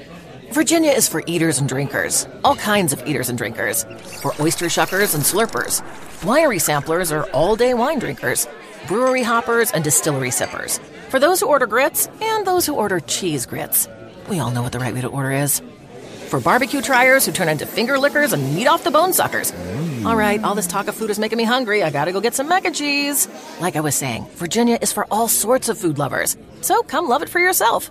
Virginia is for eaters and drinkers, all kinds of eaters and drinkers. For oyster shuckers and slurpers. Winery samplers are all-day wine drinkers. Brewery hoppers and distillery sippers. For those who order grits and those who order cheese grits. We all know what the right way to order is. For barbecue triers who turn into finger lickers and meat off the bone suckers. All right, all this talk of food is making me hungry. I gotta go get some mac and cheese. Like I was saying, Virginia is for all sorts of food lovers. So come love it for yourself.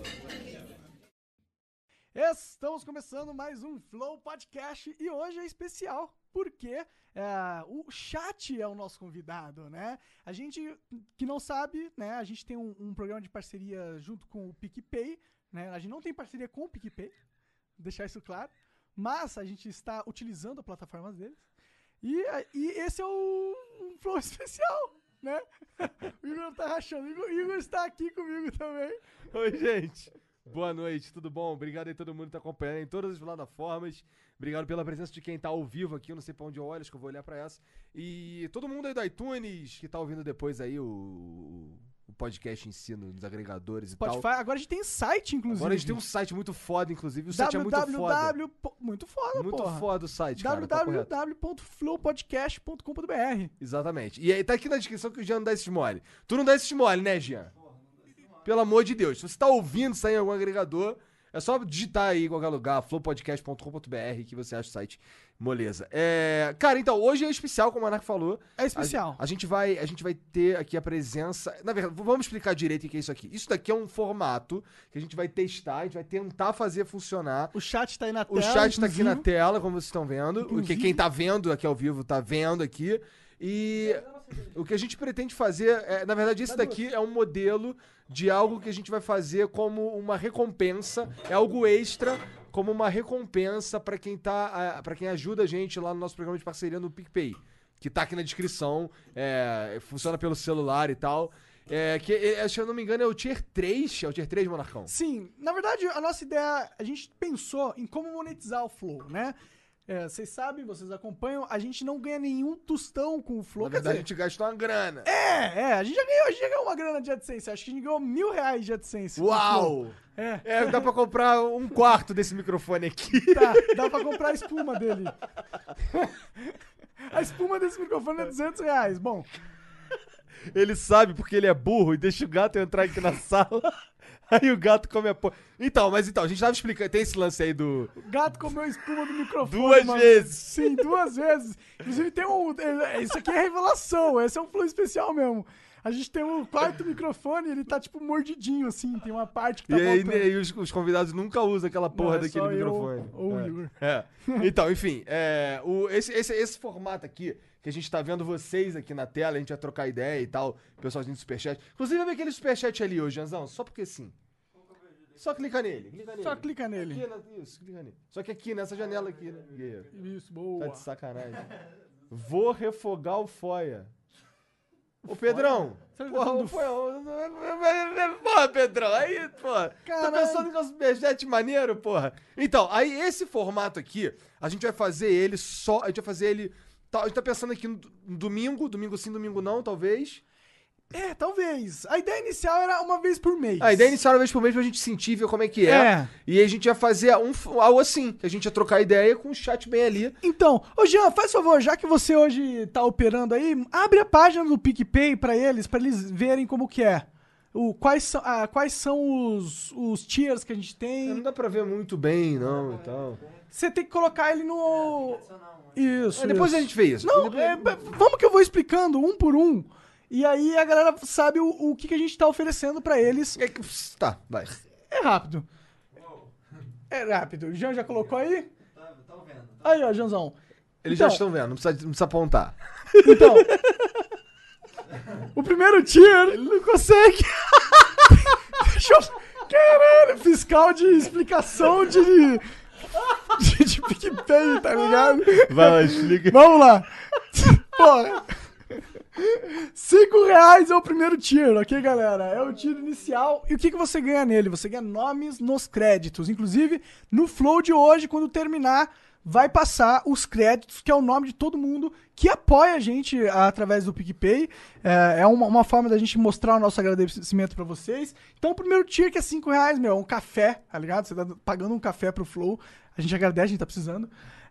Estamos começando mais um Flow Podcast e hoje é especial porque o Chat é o nosso convidado, né? A gente que não sabe, né? A gente tem um programa de parceria junto com o PicPay, né? A gente não tem parceria com o PicPay, vou deixar isso claro, mas a gente está utilizando a plataforma deles e esse é um Flow especial, né? O Igor tá rachando, o Igor está aqui comigo também. Oi, gente. Boa noite, tudo bom? Obrigado aí todo mundo que tá acompanhando em todas as plataformas. Obrigado pela presença de quem tá ao vivo aqui. Eu não sei pra onde eu olho, acho que eu vou olhar pra essa. E todo mundo aí do iTunes que tá ouvindo depois aí o podcast em si, nos agregadores e Spotify. tal. Agora a gente tem site, inclusive. Agora a gente tem um site muito foda, inclusive. O site é muito foda. Muito foda, muito porra. Foda o site, cara. www.flowpodcast.com.br. Exatamente. E aí tá aqui na descrição que o Jean não dá esse mole. Tu não dá esse mole, né, Jean? Pelo amor de Deus. Se você tá ouvindo isso aí em algum agregador, é só digitar aí em qualquer lugar, flowpodcast.com.br, que você acha o site moleza. Cara, então, hoje é especial, como o Monark falou. É especial. A gente vai ter aqui a presença... Na verdade, vamos explicar direito o que é isso aqui. Isso daqui é um formato que a gente vai testar, a gente vai tentar fazer funcionar. O chat tá aí na tela. O chat tá aqui na tela, como vocês estão vendo. Quem tá vendo aqui ao vivo tá vendo aqui. E o que a gente pretende fazer, na verdade, esse daqui é um modelo de algo que a gente vai fazer como uma recompensa, é algo extra, como uma recompensa para quem ajuda a gente lá no nosso programa de parceria no PicPay, que tá aqui na descrição, funciona pelo celular e tal. Se eu não me engano, é o Tier 3. É o Tier 3, Monarcão? Sim, na verdade, a nossa ideia, a gente pensou em como monetizar o Flow, né? Vocês sabem, vocês acompanham, a gente não ganha nenhum tostão com o Flow. Na verdade, a gente gastou uma grana. A gente já ganhou uma grana de AdSense. Acho que a gente ganhou R$1.000 de AdSense. Uau! Dá pra comprar um quarto desse microfone aqui. Dá pra comprar a espuma dele. A espuma desse microfone é R$200. Bom. Ele sabe porque ele é burro e deixa o gato entrar aqui na sala. Aí o gato come a porra. Então, a gente tava explicando. Tem esse lance aí do... O gato comeu a espuma do microfone. 2 vezes. Sim, 2 vezes. Inclusive tem isso aqui é revelação. Esse é um flow especial mesmo. A gente tem um quarto microfone e ele tá tipo mordidinho assim. Tem uma parte que tá voltando. E aí os convidados nunca usam aquela porra daquele microfone. Ou o Igor. Então, enfim. Esse formato aqui, que a gente tá vendo vocês aqui na tela, a gente vai trocar ideia e tal, o pessoalzinho do superchat. Inclusive, vai ver aquele superchat ali hoje, Janzão, só porque sim. Só clica nele. Só clica nele. Isso, clica nele. Só que aqui, nessa janela aqui, né? Isso, boa. Tá de sacanagem. Vou refogar o foia. Ô, Pedrão. Porra, Pedrão. Aí, porra. Tá pensando em um superchat maneiro, porra? Então, aí esse formato aqui, a gente vai fazer ele só... A gente vai fazer ele... A gente tá pensando aqui no domingo sim, domingo não, talvez. Talvez. A ideia inicial era uma vez por mês. A ideia inicial era uma vez por mês pra gente sentir, ver como é que é. E aí a gente ia fazer algo assim, que a gente ia trocar ideia com o chat bem ali. Então, ô Jean, faz favor, já que você hoje tá operando aí, abre a página do PicPay pra eles verem como que é. Quais são os tiers que a gente tem. Não dá pra ver muito bem, não, e tal. Você tem que colocar ele no... Isso. Depois a gente vê isso. Não, vamos que eu vou explicando um por um. E aí a galera sabe o que a gente tá oferecendo pra eles. Tá, vai. É rápido. O Jean já colocou aí? Tá vendo. Aí, ó, Janzão. Eles já estão vendo, não precisa apontar. Então, o primeiro tier, ele não consegue. Caralho, fiscal de explicação de PicPay, tá ligado? Vai lá, explica. Vamos lá. Porra. R$5 é o primeiro tier, ok, galera? É o tier inicial. E o que você ganha nele? Você ganha nomes nos créditos. Inclusive, no Flow de hoje, quando terminar, vai passar os créditos, que é o nome de todo mundo que apoia a gente através do PicPay. É uma forma da gente mostrar o nosso agradecimento pra vocês. Então, o primeiro tier, que é R$5, meu, é um café, tá ligado? Você tá pagando um café pro Flow. A gente agradece, a gente tá precisando.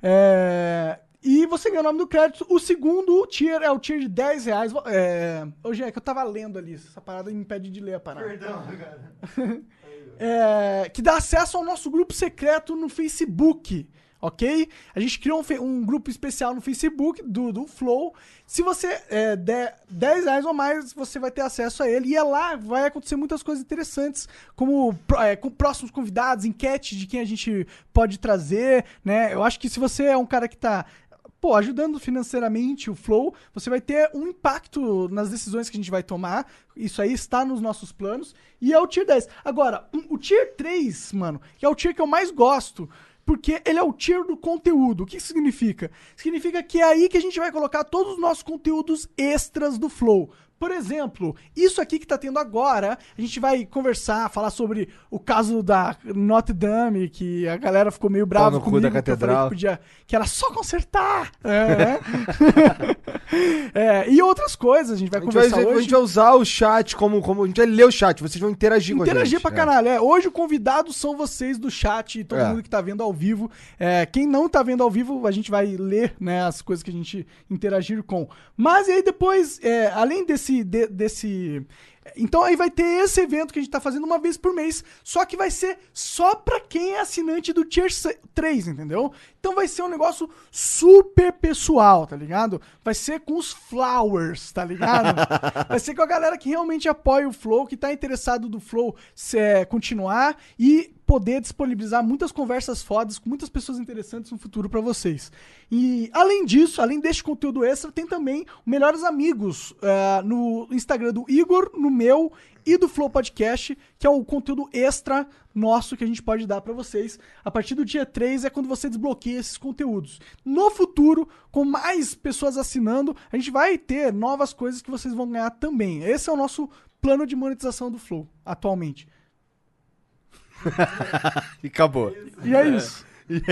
E você ganha o nome do crédito. O segundo tier é o tier de R$10. Hoje é que eu tava lendo ali. Essa parada me impede de ler a parada. Perdão, cara. Que dá acesso ao nosso grupo secreto no Facebook. Ok? A gente criou um grupo especial no Facebook do Flow. Se você der R$10 ou mais, você vai ter acesso a ele. E lá vai acontecer muitas coisas interessantes, como com próximos convidados, enquete de quem a gente pode trazer, né? Eu acho que se você é um cara que tá ajudando financeiramente o Flow, você vai ter um impacto nas decisões que a gente vai tomar. Isso aí está nos nossos planos. E é o Tier 10. Agora, o Tier 3, mano, que é o tier que eu mais gosto, porque ele é o tier do conteúdo. O que isso significa? Significa que é aí que a gente vai colocar todos os nossos conteúdos extras do Flow. Por exemplo, isso aqui que tá tendo agora, a gente vai conversar, falar sobre o caso da Notre Dame, que a galera ficou meio brava comigo, da catedral. Que era só consertar. E outras coisas, a gente vai conversar hoje. A gente vai usar o chat como a gente vai ler o chat, vocês vão interagir com a gente. Interagir pra caralho. Hoje o convidado são vocês do chat, todo mundo que tá vendo ao vivo. Quem não tá vendo ao vivo, a gente vai ler, né, as coisas que a gente interagir com. Mas aí depois, além desse... Então aí vai ter esse evento que a gente tá fazendo uma vez por mês, só que vai ser só pra quem é assinante do Tier 3, entendeu? Então vai ser um negócio super pessoal, tá ligado? Vai ser com os flowers, tá ligado? Vai ser com a galera que realmente apoia o Flow, que tá interessado do Flow continuar e poder disponibilizar muitas conversas fodas com muitas pessoas interessantes no futuro pra vocês. E além disso, além deste conteúdo extra, tem também o Melhores Amigos no Instagram do Igor, no meu e do Flow Podcast, que é o conteúdo extra nosso que a gente pode dar pra vocês. A partir do dia 3 é quando você desbloqueia esses conteúdos. No futuro, com mais pessoas assinando, a gente vai ter novas coisas que vocês vão ganhar também. Esse é o nosso plano de monetização do Flow, atualmente. E acabou. E é isso.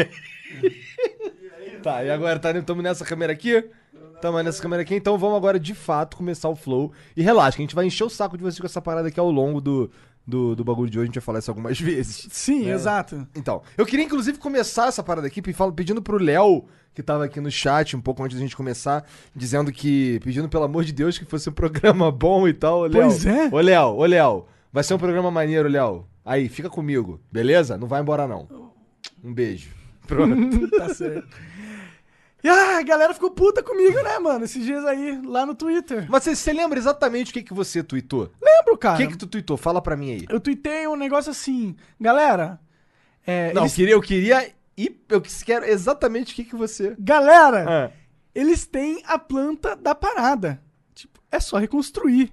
Tá, e agora estamos nessa câmera aqui? Estamos nessa câmera aqui, então vamos agora de fato começar o Flow. E relaxa, que a gente vai encher o saco de vocês com essa parada aqui ao longo do bagulho de hoje, a gente vai falar isso algumas vezes. Sim, né? Exato. Então, eu queria inclusive começar essa parada aqui pedindo pro Léo, que tava aqui no chat um pouco antes da gente começar, pedindo pelo amor de Deus que fosse um programa bom e tal. Léo, pois é. Ô Léo, vai ser um programa maneiro, Léo. Aí, fica comigo, beleza? Não vai embora não. Um beijo. Pronto. Tá certo. E a galera ficou puta comigo, né, mano? Esses dias aí, lá no Twitter. Mas você lembra exatamente o que você tweetou? Lembro, cara. O que tu tweetou? Fala pra mim aí. Eu tuitei um negócio assim, galera... eu queria e eu quero exatamente o que você... Galera, eles têm a planta da parada. Tipo, é só reconstruir.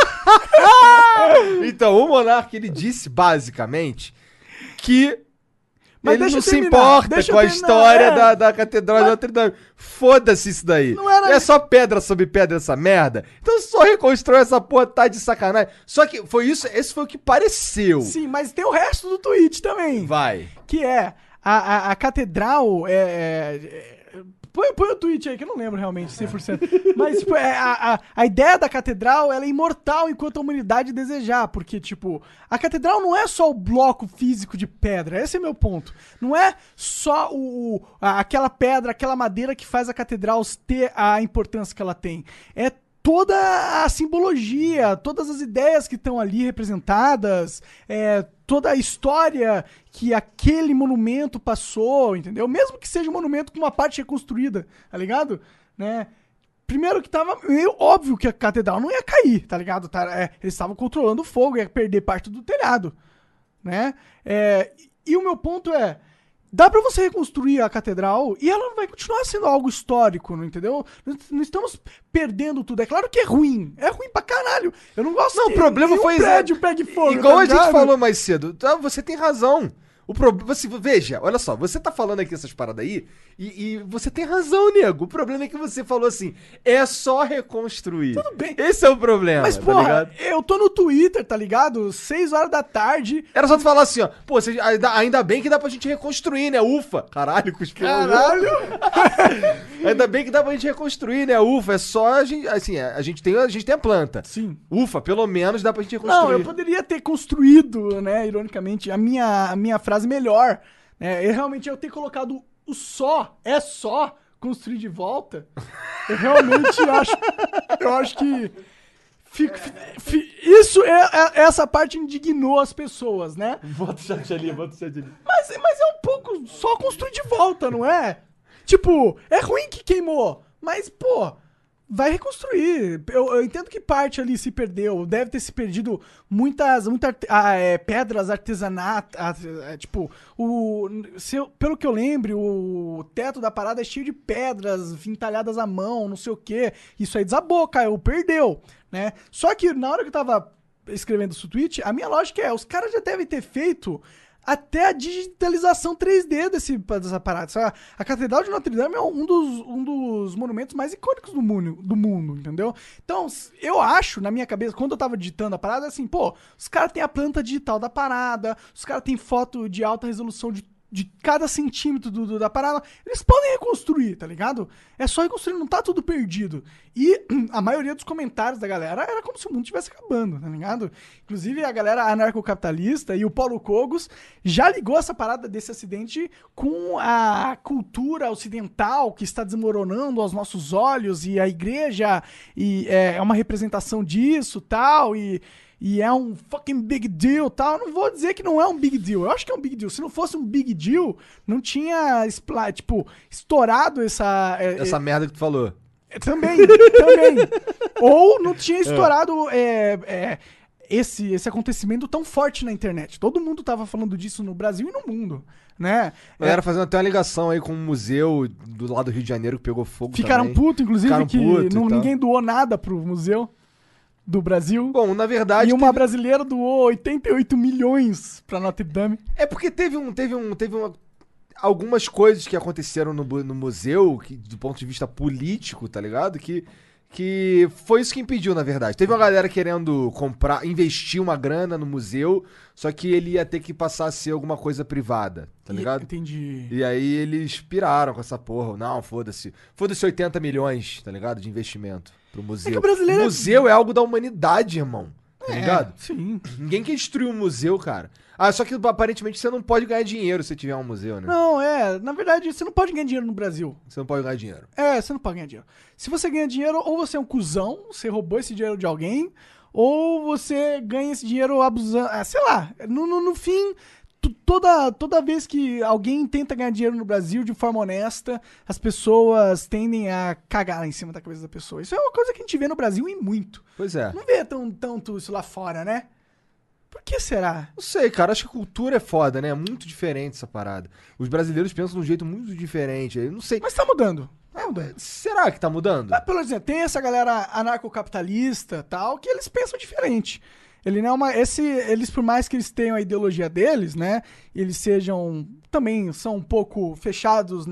Então, o Monark, ele disse basicamente que mas ele não se terminar, importa com a história da Catedral de Notre Dame. Foda-se isso daí. É só pedra sobre pedra essa merda. Então só reconstrói essa porra, tá de sacanagem. Só que foi isso, esse foi o que pareceu. Sim, mas tem o resto do tweet também. Vai. Que é, a Catedral Põe o tweet aí, que eu não lembro realmente, 100%. Mas, tipo, a ideia da catedral, ela é imortal enquanto a humanidade desejar. Porque, tipo, a catedral não é só o bloco físico de pedra. Esse é meu ponto. Não é só aquela pedra, aquela madeira que faz a catedral ter a importância que ela tem. É toda a simbologia, todas as ideias que estão ali representadas, toda a história que aquele monumento passou, entendeu? Mesmo que seja um monumento com uma parte reconstruída, tá ligado? Né? Primeiro que tava meio óbvio que a catedral não ia cair, tá ligado? Eles estavam controlando o fogo, ia perder parte do telhado, né? E o meu ponto dá pra você reconstruir a catedral e ela vai continuar sendo algo histórico, não entendeu? Não estamos perdendo tudo. É claro que é ruim. É ruim pra caralho. Eu não gosto o problema foi prédio pegue fogo. Igual tá a gente falou mais cedo. Você tem razão. Veja, olha só, você tá falando aqui essas paradas aí e você tem razão, nego. O problema é que você falou assim, é só reconstruir. Tudo bem. Esse é o problema, Mas, tá porra, ligado? eu tô no Twitter, tá ligado? 6 horas da tarde. Era só tu falar assim, ó, pô, ainda bem que dá pra gente reconstruir, né? Ufa. Caralho, cuspiu. Caralho. Ainda bem que dá pra gente reconstruir, né? Ufa, é só a gente, assim, a gente tem a planta. Sim. Ufa, pelo menos dá pra gente reconstruir. Não, eu poderia ter construído, né, ironicamente, a minha frase melhor. Né? Eu ter colocado o é só construir de volta. Eu realmente acho que essa parte indignou as pessoas, né? Bota o chat ali. Mas é um pouco só construir de volta, não é? Tipo, é ruim que queimou, mas, pô, vai reconstruir. Eu entendo que parte ali se perdeu. Deve ter se perdido muitas pedras artesanatas. Tipo, pelo que eu lembro, o teto da parada é cheio de pedras entalhadas à mão, não sei o quê. Isso aí desabou, caiu, perdeu, né? Só que na hora que eu tava escrevendo esse tweet, a minha lógica é, os caras já devem ter feito até a digitalização 3D dessa parada. A Catedral de Notre Dame é um dos monumentos mais icônicos do mundo, entendeu? Então, eu acho, na minha cabeça, quando eu tava digitando a parada, assim, pô, os caras têm a planta digital da parada, os caras têm foto de alta resolução de cada centímetro da parada, eles podem reconstruir, tá ligado? É só reconstruir, não tá tudo perdido. E a maioria dos comentários da galera era como se o mundo estivesse acabando, tá ligado? Inclusive a galera anarcocapitalista e o Paulo Cogos já ligou essa parada desse acidente com a cultura ocidental que está desmoronando aos nossos olhos, e a igreja é uma representação disso, tal, e é um fucking big deal, tal. Eu não vou dizer que não é um big deal. Eu acho que é um big deal. Se não fosse um big deal, não tinha, estourado essa merda que tu falou. Também. Ou não tinha estourado esse acontecimento tão forte na internet. Todo mundo tava falando disso no Brasil e no mundo, né? A galera fazendo até uma ligação aí com um museu do lado do Rio de Janeiro que pegou fogo Ficaram também. putos, inclusive, Ficaram que puto e ninguém doou nada pro museu do Brasil. Bom, na verdade... E uma brasileira doou 88 milhões pra Notre Dame. É porque teve algumas coisas que aconteceram no museu, do ponto de vista político, tá ligado? Que foi isso que impediu, na verdade. Teve uma galera querendo investir uma grana no museu, só que ele ia ter que passar a ser alguma coisa privada, tá ligado? Entendi. E aí eles piraram com essa porra. Não, foda-se. Foda-se 80 milhões, tá ligado? De investimento pro museu. É que o brasileiro... O museu é algo da humanidade, irmão. Tá ligado? Sim. Ninguém quer destruir um museu, cara. Ah, só que aparentemente você não pode ganhar dinheiro se tiver um museu, né? Não, na verdade, você não pode ganhar dinheiro no Brasil. Você não pode ganhar dinheiro. Você não pode ganhar dinheiro. Se você ganha dinheiro, ou você é um cuzão, você roubou esse dinheiro de alguém, ou você ganha esse dinheiro abusando. Sei lá, no fim, toda vez que alguém tenta ganhar dinheiro no Brasil de forma honesta, as pessoas tendem a cagar em cima da cabeça da pessoa. Isso é uma coisa que a gente vê no Brasil e muito. Pois é. Não vê tanto isso lá fora, né? Por que será? Não sei, cara. Acho que a cultura é foda, né? É muito diferente essa parada. Os brasileiros pensam de um jeito muito diferente. Eu não sei. Mas tá mudando. Será que tá mudando? Mas, por exemplo, tem essa galera anarcocapitalista tal, que eles pensam diferente. Eles, por mais que eles tenham a ideologia deles, né? Eles também são um pouco fechados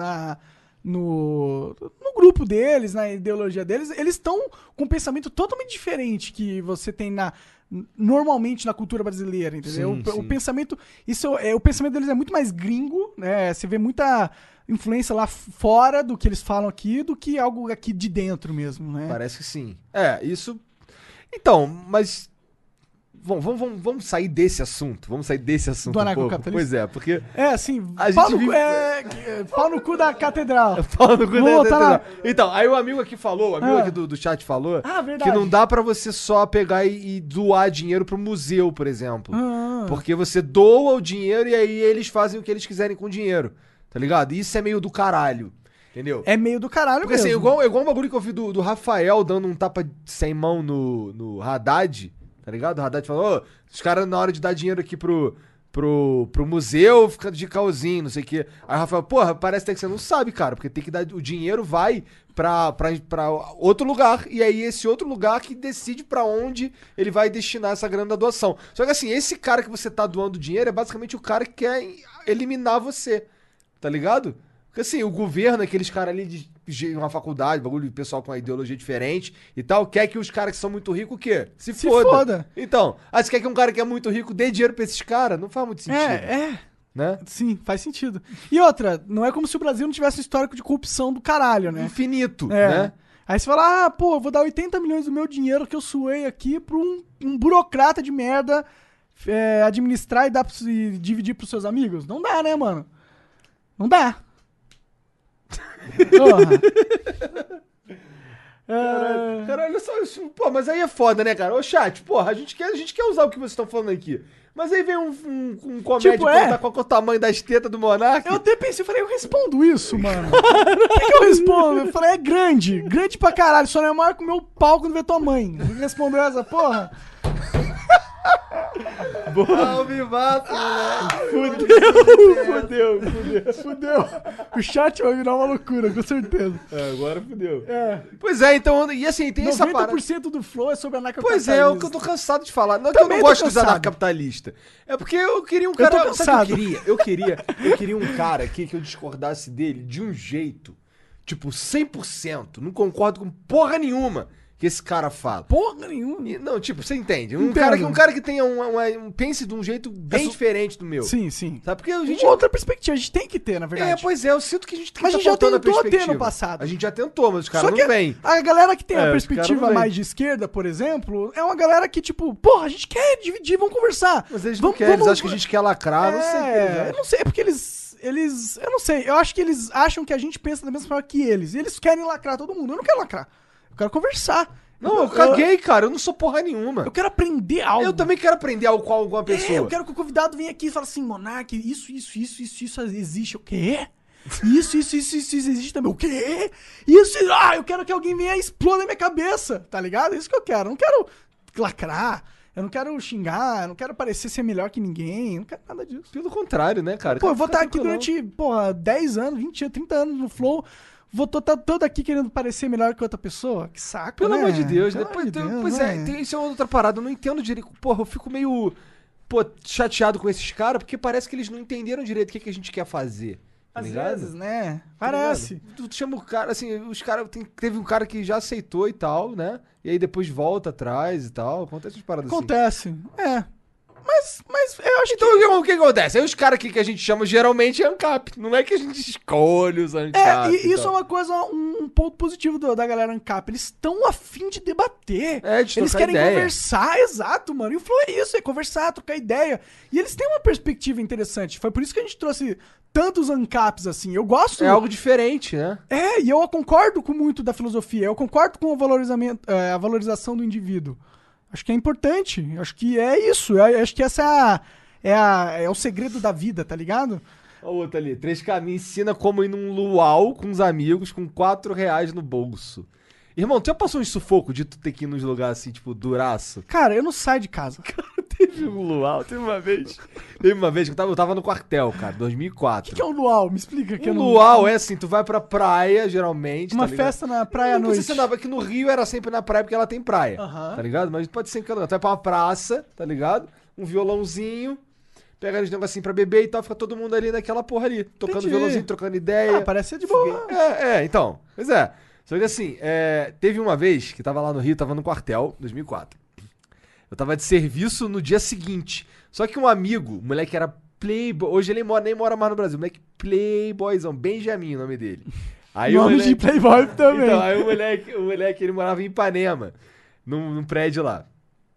no grupo deles, na ideologia deles. Eles estão com um pensamento totalmente diferente que você tem normalmente na cultura brasileira, entendeu? Sim, o pensamento, o pensamento deles é muito mais gringo, né? Você vê muita influência lá fora do que eles falam aqui, do que algo aqui de dentro mesmo, né? Parece que sim. Isso... Então, mas... Bom, vamos sair desse assunto. Vamos sair desse assunto do anarcocapitalista. Pois é, porque... Assim, pau no cu da catedral. Pau no cu da catedral. Então, aí o amigo aqui falou, o amigo aqui do chat falou, verdade. que não dá pra você só pegar e doar dinheiro pro museu, por exemplo. Porque você doa o dinheiro e aí eles fazem o que eles quiserem com o dinheiro, tá ligado? E isso é meio do caralho, entendeu? É meio do caralho porque, mesmo. Porque assim, igual um bagulho que eu vi do Rafael dando um tapa sem mão no Haddad, tá ligado? O Haddad falou, os caras na hora de dar dinheiro aqui pro museu ficando de calzinho, não sei o quê. Aí o Rafael, porra, parece até que você não sabe, cara, porque tem que dar, o dinheiro vai pra outro lugar, e aí esse outro lugar que decide pra onde ele vai destinar essa grana da doação. Só que assim, esse cara que você tá doando dinheiro é basicamente o cara que quer eliminar você, tá ligado? Porque assim, o governo, aqueles caras ali de uma faculdade, bagulho de pessoal com uma ideologia diferente e tal, quer que os caras que são muito ricos o quê? Se foda. Então, você quer que um cara que é muito rico dê dinheiro pra esses caras? Não faz muito sentido. Né? Sim, faz sentido. E outra, não é como se o Brasil não tivesse um histórico de corrupção do caralho, né? Infinito, né? Aí você fala, eu vou dar 80 milhões do meu dinheiro que eu suei aqui pra um burocrata de merda administrar e dividir pros seus amigos. Não dá, né, mano? Não dá. Cara, olha só isso. Pô, mas aí é foda, né, cara? Ô, chat, porra, a gente quer usar o que vocês estão falando aqui. Mas aí vem um comédia perguntar qual que é o tamanho das tetas do Monark. Eu até pensei, eu falei, eu respondo isso, mano. O que eu respondo? Eu falei, é grande. Grande pra caralho. Só não é maior que o meu pau quando vê tua mãe. Ele respondeu essa porra. Alvivaço, moleque. Fudeu. O chat vai virar uma loucura, com certeza. Agora fudeu. Pois é, então, e assim, tem essa parada. 90% do flow é sobre Pois anarcocapitalismo. é, o que eu tô cansado de falar. Não é que eu não gosto dos anarcapitalistas. É porque eu queria um cara... Eu tô cansado. Eu queria um cara aqui que eu discordasse dele de um jeito, tipo, 100%. Não concordo com porra nenhuma que esse cara fala. Porra nenhuma. Não, tipo, você entende? Um cara que tenha pense de um jeito bem diferente do meu. Sim. Sabe? Porque a gente... Outra perspectiva, a gente tem que ter, na verdade. Pois é, eu sinto que a gente tem que Mas a gente já tentou ter no passado. A gente já tentou, mas os caras não vêm. A galera que tem a perspectiva mais de esquerda, por exemplo, é uma galera que, tipo, porra, a gente quer dividir, vamos conversar. Mas eles não querem, eles acham que a gente quer lacrar, não sei. Eu não sei, é porque eles... Eu não sei, eu acho que eles acham que a gente pensa da mesma forma que eles. E eles querem lacrar todo mundo. Eu não quero lacrar. Eu quero conversar. Não, eu caguei, cara. Eu não sou porra nenhuma. Eu quero aprender algo. Eu também quero aprender algo com alguma pessoa. Eu quero que o convidado venha aqui e fale assim, Monark, isso existe. O quê? Isso existe também. O quê? Eu quero que alguém venha e exploda na minha cabeça, tá ligado? É isso que eu quero. Eu não quero lacrar. Eu não quero xingar, eu não quero parecer ser melhor que ninguém, eu não quero nada disso. Pelo contrário, né, cara? Pô, eu vou estar aqui durante, 10 anos, 20 anos, 30 anos no Flow, vou estar todo aqui querendo parecer melhor que outra pessoa. Que saco, Pelo né? amor de Deus, Pelo né? amor de Deus, Pois né? isso é outra parada, eu não entendo direito. Porra, eu fico meio, chateado com esses caras, porque parece que eles não entenderam direito o que a gente quer fazer. Tá Às ligado? vezes, né? Tá Parece. ligado? Tu chama o cara, assim, os caras. Teve um cara que já aceitou e tal, né? E aí depois volta atrás e tal. Acontece umas paradas Acontece. Mas eu acho Então o que acontece? Aí os caras que a gente chama geralmente é ANCAP. Não é que a gente escolhe os ANCAP. E isso é uma coisa, um ponto positivo da galera ANCAP. Eles estão afim de debater. De eles trocar querem ideia. conversar, exato, mano. E o Flow é isso, é conversar, trocar ideia. E eles têm uma perspectiva interessante. Foi por isso que a gente trouxe tantos ANCAPs assim. Eu gosto. É algo diferente, né? E eu concordo com muito da filosofia. Eu concordo com a valorização do indivíduo. Acho que é importante. Acho que é isso. Acho que essa é o segredo da vida, tá ligado? Olha o outro ali. 3K ensina como ir num luau com os amigos com R$4 no bolso. Irmão, tu já passou um sufoco de tu ter que ir nos lugares assim, tipo, duraço? Cara, eu não saio de casa. Teve um luau, teve uma vez que eu tava no quartel, cara, 2004. O que é um luau? Me explica. Que luau é assim, tu vai pra praia, geralmente, uma tá ligado? festa na praia à noite. Aqui no Rio era sempre na praia, porque ela tem praia, tá ligado? Mas pode ser em cada lugar. Tu vai pra uma praça, tá ligado? Um violãozinho, pega uns negocinhos pra beber e tal, fica todo mundo ali naquela porra ali, tocando violãozinho, trocando ideia. Parece ser de boa. Então, pois é. Só que assim, teve uma vez que tava lá no Rio, tava no quartel, 2004. Eu tava de serviço no dia seguinte. Só que um amigo, o moleque era playboy, hoje ele nem mora mais no Brasil, moleque playboyzão, Benjamin o nome dele. Aí nome de playboy também. Então, aí o moleque, ele morava em Ipanema, num prédio lá.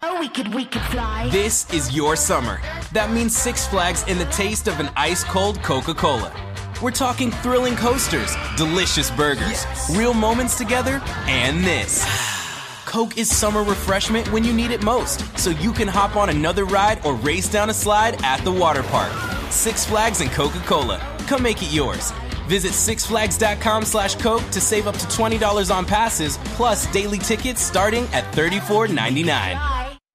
This is your summer. That means Six Flags and the taste of an ice-cold Coca-Cola. We're talking thrilling coasters, delicious burgers, real moments together, and this. Coke is summer refreshment when you need it most, so you can hop on another ride or race down a slide at the water park. Six Flags and Coca-Cola. Come make it yours. Visit sixflags.com/Coke to save up to $20 on passes, plus daily tickets starting at $34.99.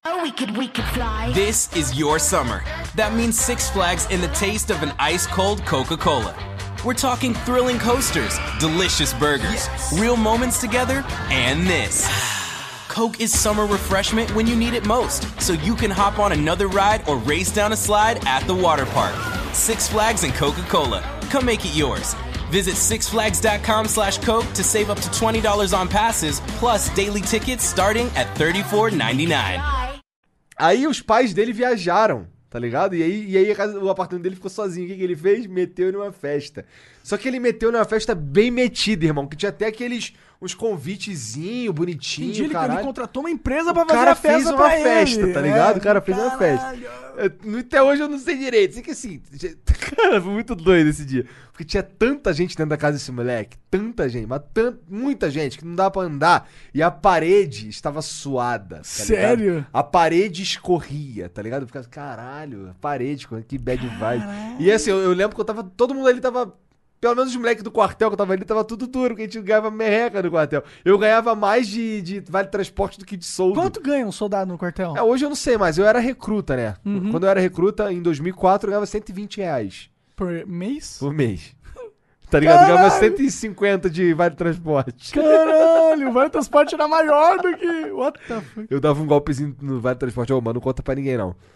We could fly. This is your summer. That means Six Flags and the taste of an ice-cold Coca-Cola. We're talking thrilling coasters, delicious burgers, real moments together, and this. Coke is summer refreshment when you need it most, so you can hop on another ride or race down a slide at the water park. Six Flags and Coca-Cola. Come make it yours. Visit sixflags.com/Coke to save up to $20 on passes, plus daily tickets starting at $34.99. Aí os pais dele viajaram, tá ligado? E aí o apartamento dele ficou sozinho. O que ele fez? Meteu numa festa. Só que ele meteu numa festa bem metida, irmão. Que tinha até uns convitezinhos bonitinhos, Ele contratou uma empresa pra fazer a festa fez uma pra festa, ele. tá ligado? O cara fez uma festa. Até hoje eu não sei direito. Sei que assim, cara, foi muito doido esse dia. Porque tinha tanta gente dentro da casa desse moleque. Tanta gente, mas muita gente que não dava pra andar. E a parede estava suada. Tá Sério? Ligado? A parede escorria, tá ligado? Eu ficava, caralho, a parede escorria, que bad vibe. E assim, eu lembro que todo mundo ali tava. Pelo menos os moleques do quartel que eu tava ali, tava tudo duro, porque a gente ganhava merreca no quartel. Eu ganhava mais de vale transporte do que de soldo. Quanto ganha um soldado no quartel? Hoje eu não sei, mas eu era recruta, né? Quando eu era recruta, em 2004, eu ganhava R$120. Por mês? Por mês. Tá ligado? Eu ganhava 150 de vale transporte. Caralho, o vale transporte era maior do que... What the fuck? Eu dava um golpezinho no vale transporte. Ô, mano, não conta pra ninguém, não.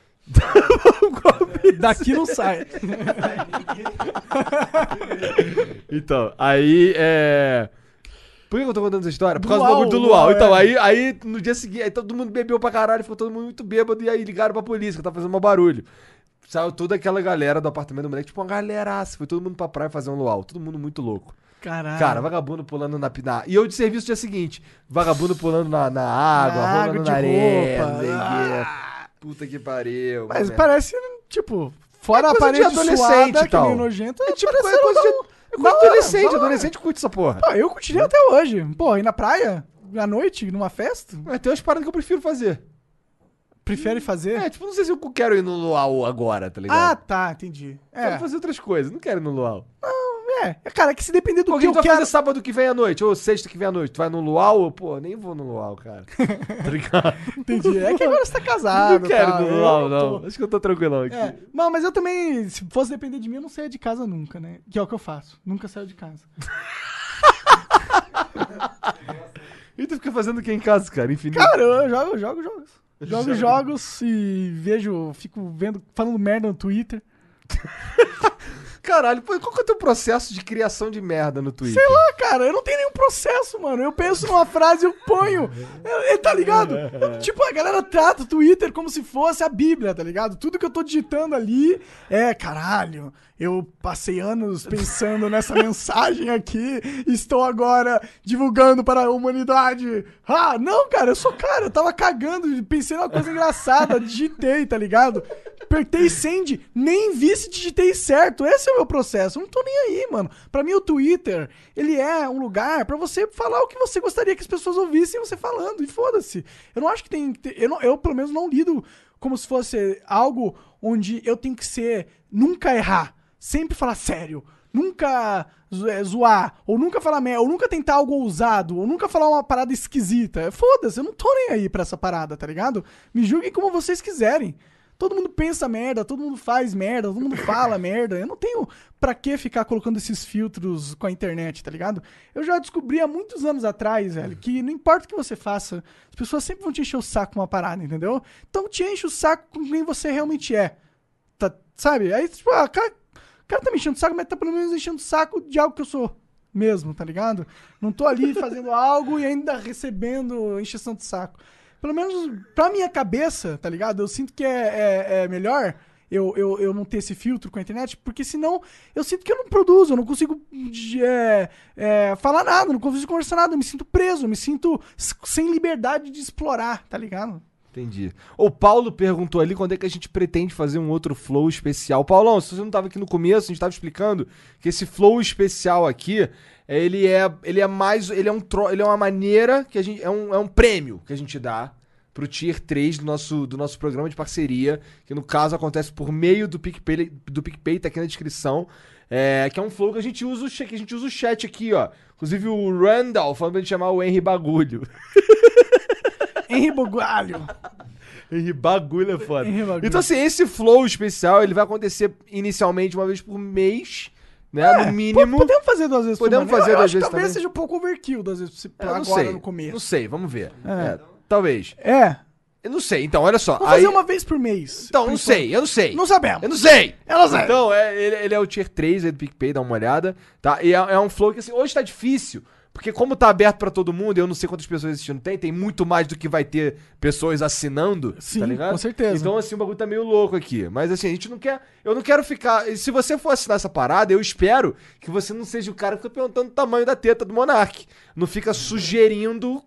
Daqui não sai. Então, aí Por que eu tô contando essa história? Por causa do bagulho do luau. Então, aí no dia seguinte, aí todo mundo bebeu pra caralho, ficou todo mundo muito bêbado, e aí ligaram pra polícia, que tava fazendo um barulho. Saiu toda aquela galera do apartamento do moleque, tipo uma galeraça. Foi todo mundo pra praia fazer um luau. Todo mundo muito louco. Caralho. Cara, vagabundo pulando na... E eu de serviço no dia seguinte. Vagabundo pulando na água, rolando na areia. Puta que pariu. Mas parece, tipo, fora a parede adolescente e tal. que meio nojento, É tipo coisa de adolescente. Adolescente curte essa porra. Pô, eu curtiria até hoje. Pô, ir na praia, à noite, numa festa. Mas tem umas paradas que eu prefiro fazer. Prefere fazer? Tipo, não sei se eu quero ir no luau agora, tá ligado? Ah, tá, entendi. Quero fazer outras coisas, não quero ir no luau. Cara, que se depender do Pô, que eu tu vai quero... fazer sábado que vem à noite, ou sexta que vem à noite, tu vai no luau? Pô, nem vou no luau, cara. Tá ligado? Entendi. É que agora você tá casado. Não quero tá? ir no luau, não. Acho que eu tô tranquilão aqui. Não, mas eu também, se fosse depender de mim, eu não saia de casa nunca, né? Que é o que eu faço. Nunca saio de casa. E tu fica fazendo o que em casa, cara? Infinito. Cara, eu jogo jogos. Jogo jogos e fico vendo, falando merda no Twitter. Caralho, pô, qual que é o teu processo de criação de merda no Twitter? Sei lá, cara, eu não tenho nenhum processo, mano. Eu penso numa frase e eu ponho. Tá ligado? Tipo, a galera trata o Twitter como se fosse a Bíblia, tá ligado? Tudo que eu tô digitando ali caralho, eu passei anos pensando nessa mensagem aqui, estou agora divulgando para a humanidade. Ah, não, cara, eu tava cagando, pensei numa coisa engraçada, digitei, tá ligado? Apertei send, nem vi se digitei certo. Esse é o meu processo. Eu não tô nem aí, mano. Pra mim, o Twitter, ele é um lugar pra você falar o que você gostaria que as pessoas ouvissem você falando. E foda-se. Eu não acho que tem... Eu, pelo menos, não lido como se fosse algo onde eu tenho que nunca errar. Sempre falar sério. Nunca zoar. Ou nunca falar merda. Ou nunca tentar algo ousado. Ou nunca falar uma parada esquisita. Foda-se. Eu não tô nem aí pra essa parada, tá ligado? Me julguem como vocês quiserem. Todo mundo pensa merda, todo mundo faz merda, todo mundo fala merda. Eu não tenho pra que ficar colocando esses filtros com a internet, tá ligado? Eu já descobri há muitos anos atrás, velho, que não importa o que você faça, as pessoas sempre vão te encher o saco com uma parada, entendeu? Então te enche o saco com quem você realmente é. Tá, sabe? Aí, tipo, o cara tá me enchendo o saco, mas tá pelo menos enchendo o saco de algo que eu sou mesmo, tá ligado? Não tô ali fazendo algo e ainda recebendo encheção de saco. Pelo menos pra minha cabeça, tá ligado? Eu sinto que é melhor eu não ter esse filtro com a internet, porque senão eu sinto que eu não produzo, eu não consigo falar nada, não consigo conversar nada, eu me sinto preso, eu me sinto sem liberdade de explorar, tá ligado? Entendi. O Paulo perguntou ali quando é que a gente pretende fazer um outro flow especial. Paulão, se você não tava aqui no começo, a gente tava explicando que esse flow especial aqui, ele é uma maneira que a gente é um prêmio que a gente dá pro Tier 3 do nosso programa de parceria, que no caso acontece por meio do PicPay, tá aqui na descrição. Que é um flow que a gente usa o chat aqui, ó. Inclusive o Randall falando pra gente chamar o Henry Bagulho. Henry Bagulho. Henri Bagulho é foda. Henri Bagulho. Então, assim, esse flow especial, ele vai acontecer inicialmente uma vez por mês, né? No mínimo. Podemos fazer 2 vezes Podemos por semana. fazer Eu 2 acho que vezes talvez também. seja um pouco overkill 2 vezes Eu agora não sei. no começo. Não sei, vamos ver. Talvez. Eu não sei, então, olha só. Vamos fazer uma vez por mês. Então, eu não sei. Não sabemos. Eu não sei. Eu não sei. Então, ele é o Tier 3 aí do PicPay, dá uma olhada, tá? E é um flow que, assim, hoje tá difícil, porque como tá aberto pra todo mundo, eu não sei quantas pessoas assistindo tem muito mais do que vai ter pessoas assinando, Sim, tá ligado? com certeza. Então, assim, o bagulho tá meio louco aqui. Mas, assim, a gente não quer... Eu não quero ficar... Se você for assinar essa parada, eu espero que você não seja o cara que fica perguntando o tamanho da teta do Monark. Não fica sugerindo...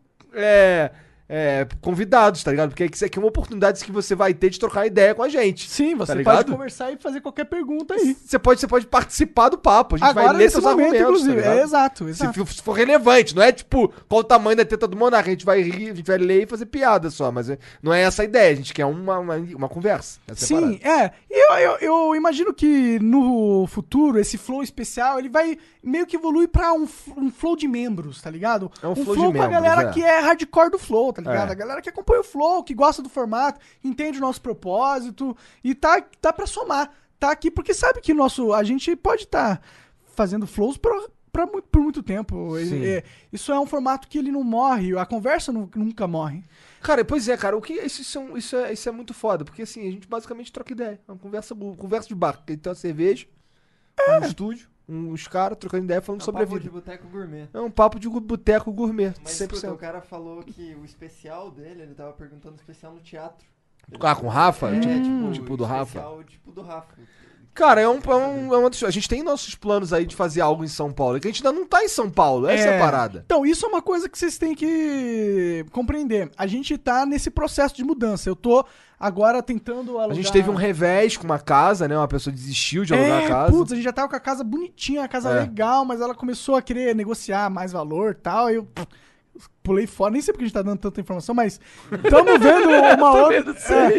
convidados, tá ligado? Porque isso aqui é uma oportunidade que você vai ter de trocar ideia com a gente. Sim, você tá pode ligado? conversar e fazer qualquer pergunta aí. Você pode participar do papo. A gente Agora, vai ler nesse seus momento, argumentos, inclusive. tá ligado? Exato. Se for relevante, não é tipo qual o tamanho da teta do Monarca. A gente vai rir, a gente vai ler e fazer piada só, mas não é essa a ideia. A gente quer uma conversa. Essa Sim, E eu imagino que no futuro, esse flow especial, ele vai meio que evoluir pra um flow de membros, tá ligado? É um flow de pra membros, galera que é hardcore do flow, tá ligado? É. A galera que acompanha o flow, que gosta do formato, entende o nosso propósito e tá pra somar. Tá aqui porque sabe que a gente pode estar fazendo flows por muito tempo. Isso é um formato que ele não morre, a conversa nunca morre. Cara, pois é, cara. Isso é muito foda, porque assim, a gente basicamente troca ideia. É uma conversa de bar. A gente tem uma cerveja, um estúdio, uns caras trocando ideia falando sobre a vida. É um papo de boteco gourmet. É um papo de boteco gourmet. Mas 100%. escuta, o cara falou que o especial dele, ele tava perguntando especial no teatro. Com o Rafa? Tipo do Rafa? especial, tipo do Rafa. Cara, a gente tem nossos planos aí de fazer algo em São Paulo, que a gente ainda não tá em São Paulo, essa é a parada. Então, isso é uma coisa que vocês têm que compreender. A gente tá nesse processo de mudança. Eu tô agora tentando alugar... A gente teve um revés com uma casa, né? Uma pessoa desistiu de alugar a casa. Putz, a gente já tava com a casa bonitinha, a casa legal, mas ela começou a querer negociar mais valor e tal, aí eu pulei fora. Nem sei porque a gente tá dando tanta informação, mas estamos vendo uma outra...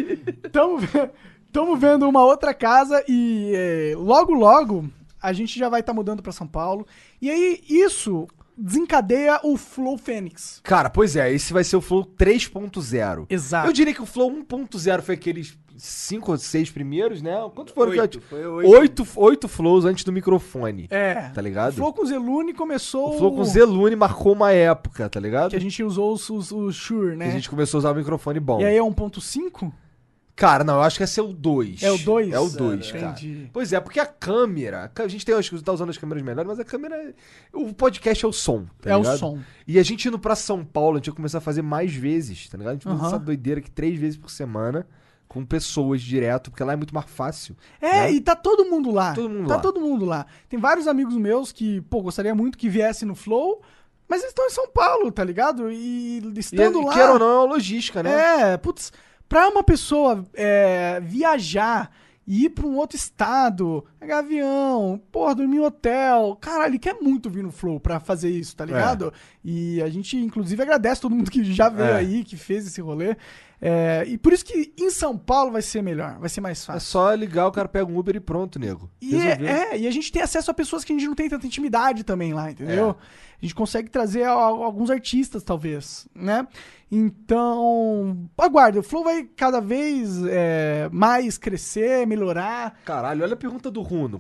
Estamos vendo uma outra casa e logo a gente já vai estar mudando pra São Paulo. E aí isso desencadeia o Flow Fênix. Cara, pois é, esse vai ser o Flow 3.0. Exato. Eu diria que o Flow 1.0 foi aqueles 5 ou 6 primeiros, né? Quantos foram? 8 flows antes do microfone. Tá ligado? O Flow com Zelune começou... O Flow com Zelune marcou uma época, tá ligado? Que a gente usou os Shure, né? Que a gente começou a usar o microfone bom. E aí é 1.5? Cara, não, eu acho que esse é o 2. É o 2? É o 2, cara. Entendi. Pois é, porque a câmera... A gente tá usando as câmeras melhores, mas a câmera... O podcast é o som, tá ligado? O som. E a gente indo pra São Paulo, a gente ia começar a fazer mais vezes, tá ligado? A gente faz essa doideira aqui 3 vezes por semana, com pessoas direto, porque lá é muito mais fácil. E tá todo mundo lá. Todo mundo lá. Tem vários amigos meus que, gostaria muito que viessem no Flow, mas eles estão em São Paulo, tá ligado? E estando lá... Queira ou não, é uma logística, né? Pra uma pessoa viajar e ir pra um outro estado, pegar avião, dormir em hotel, cara, ele quer muito vir no Flow pra fazer isso, tá ligado? E a gente, inclusive, agradece todo mundo que já veio aí, que fez esse rolê. E por isso que em São Paulo vai ser melhor, vai ser mais fácil. É só ligar, o cara pega um Uber e pronto, nego. E a gente tem acesso a pessoas que a gente não tem tanta intimidade também lá, entendeu? A gente consegue trazer alguns artistas, talvez, né? Então, aguarde, o Flow vai cada vez mais crescer, melhorar. Caralho, olha a pergunta do Runo.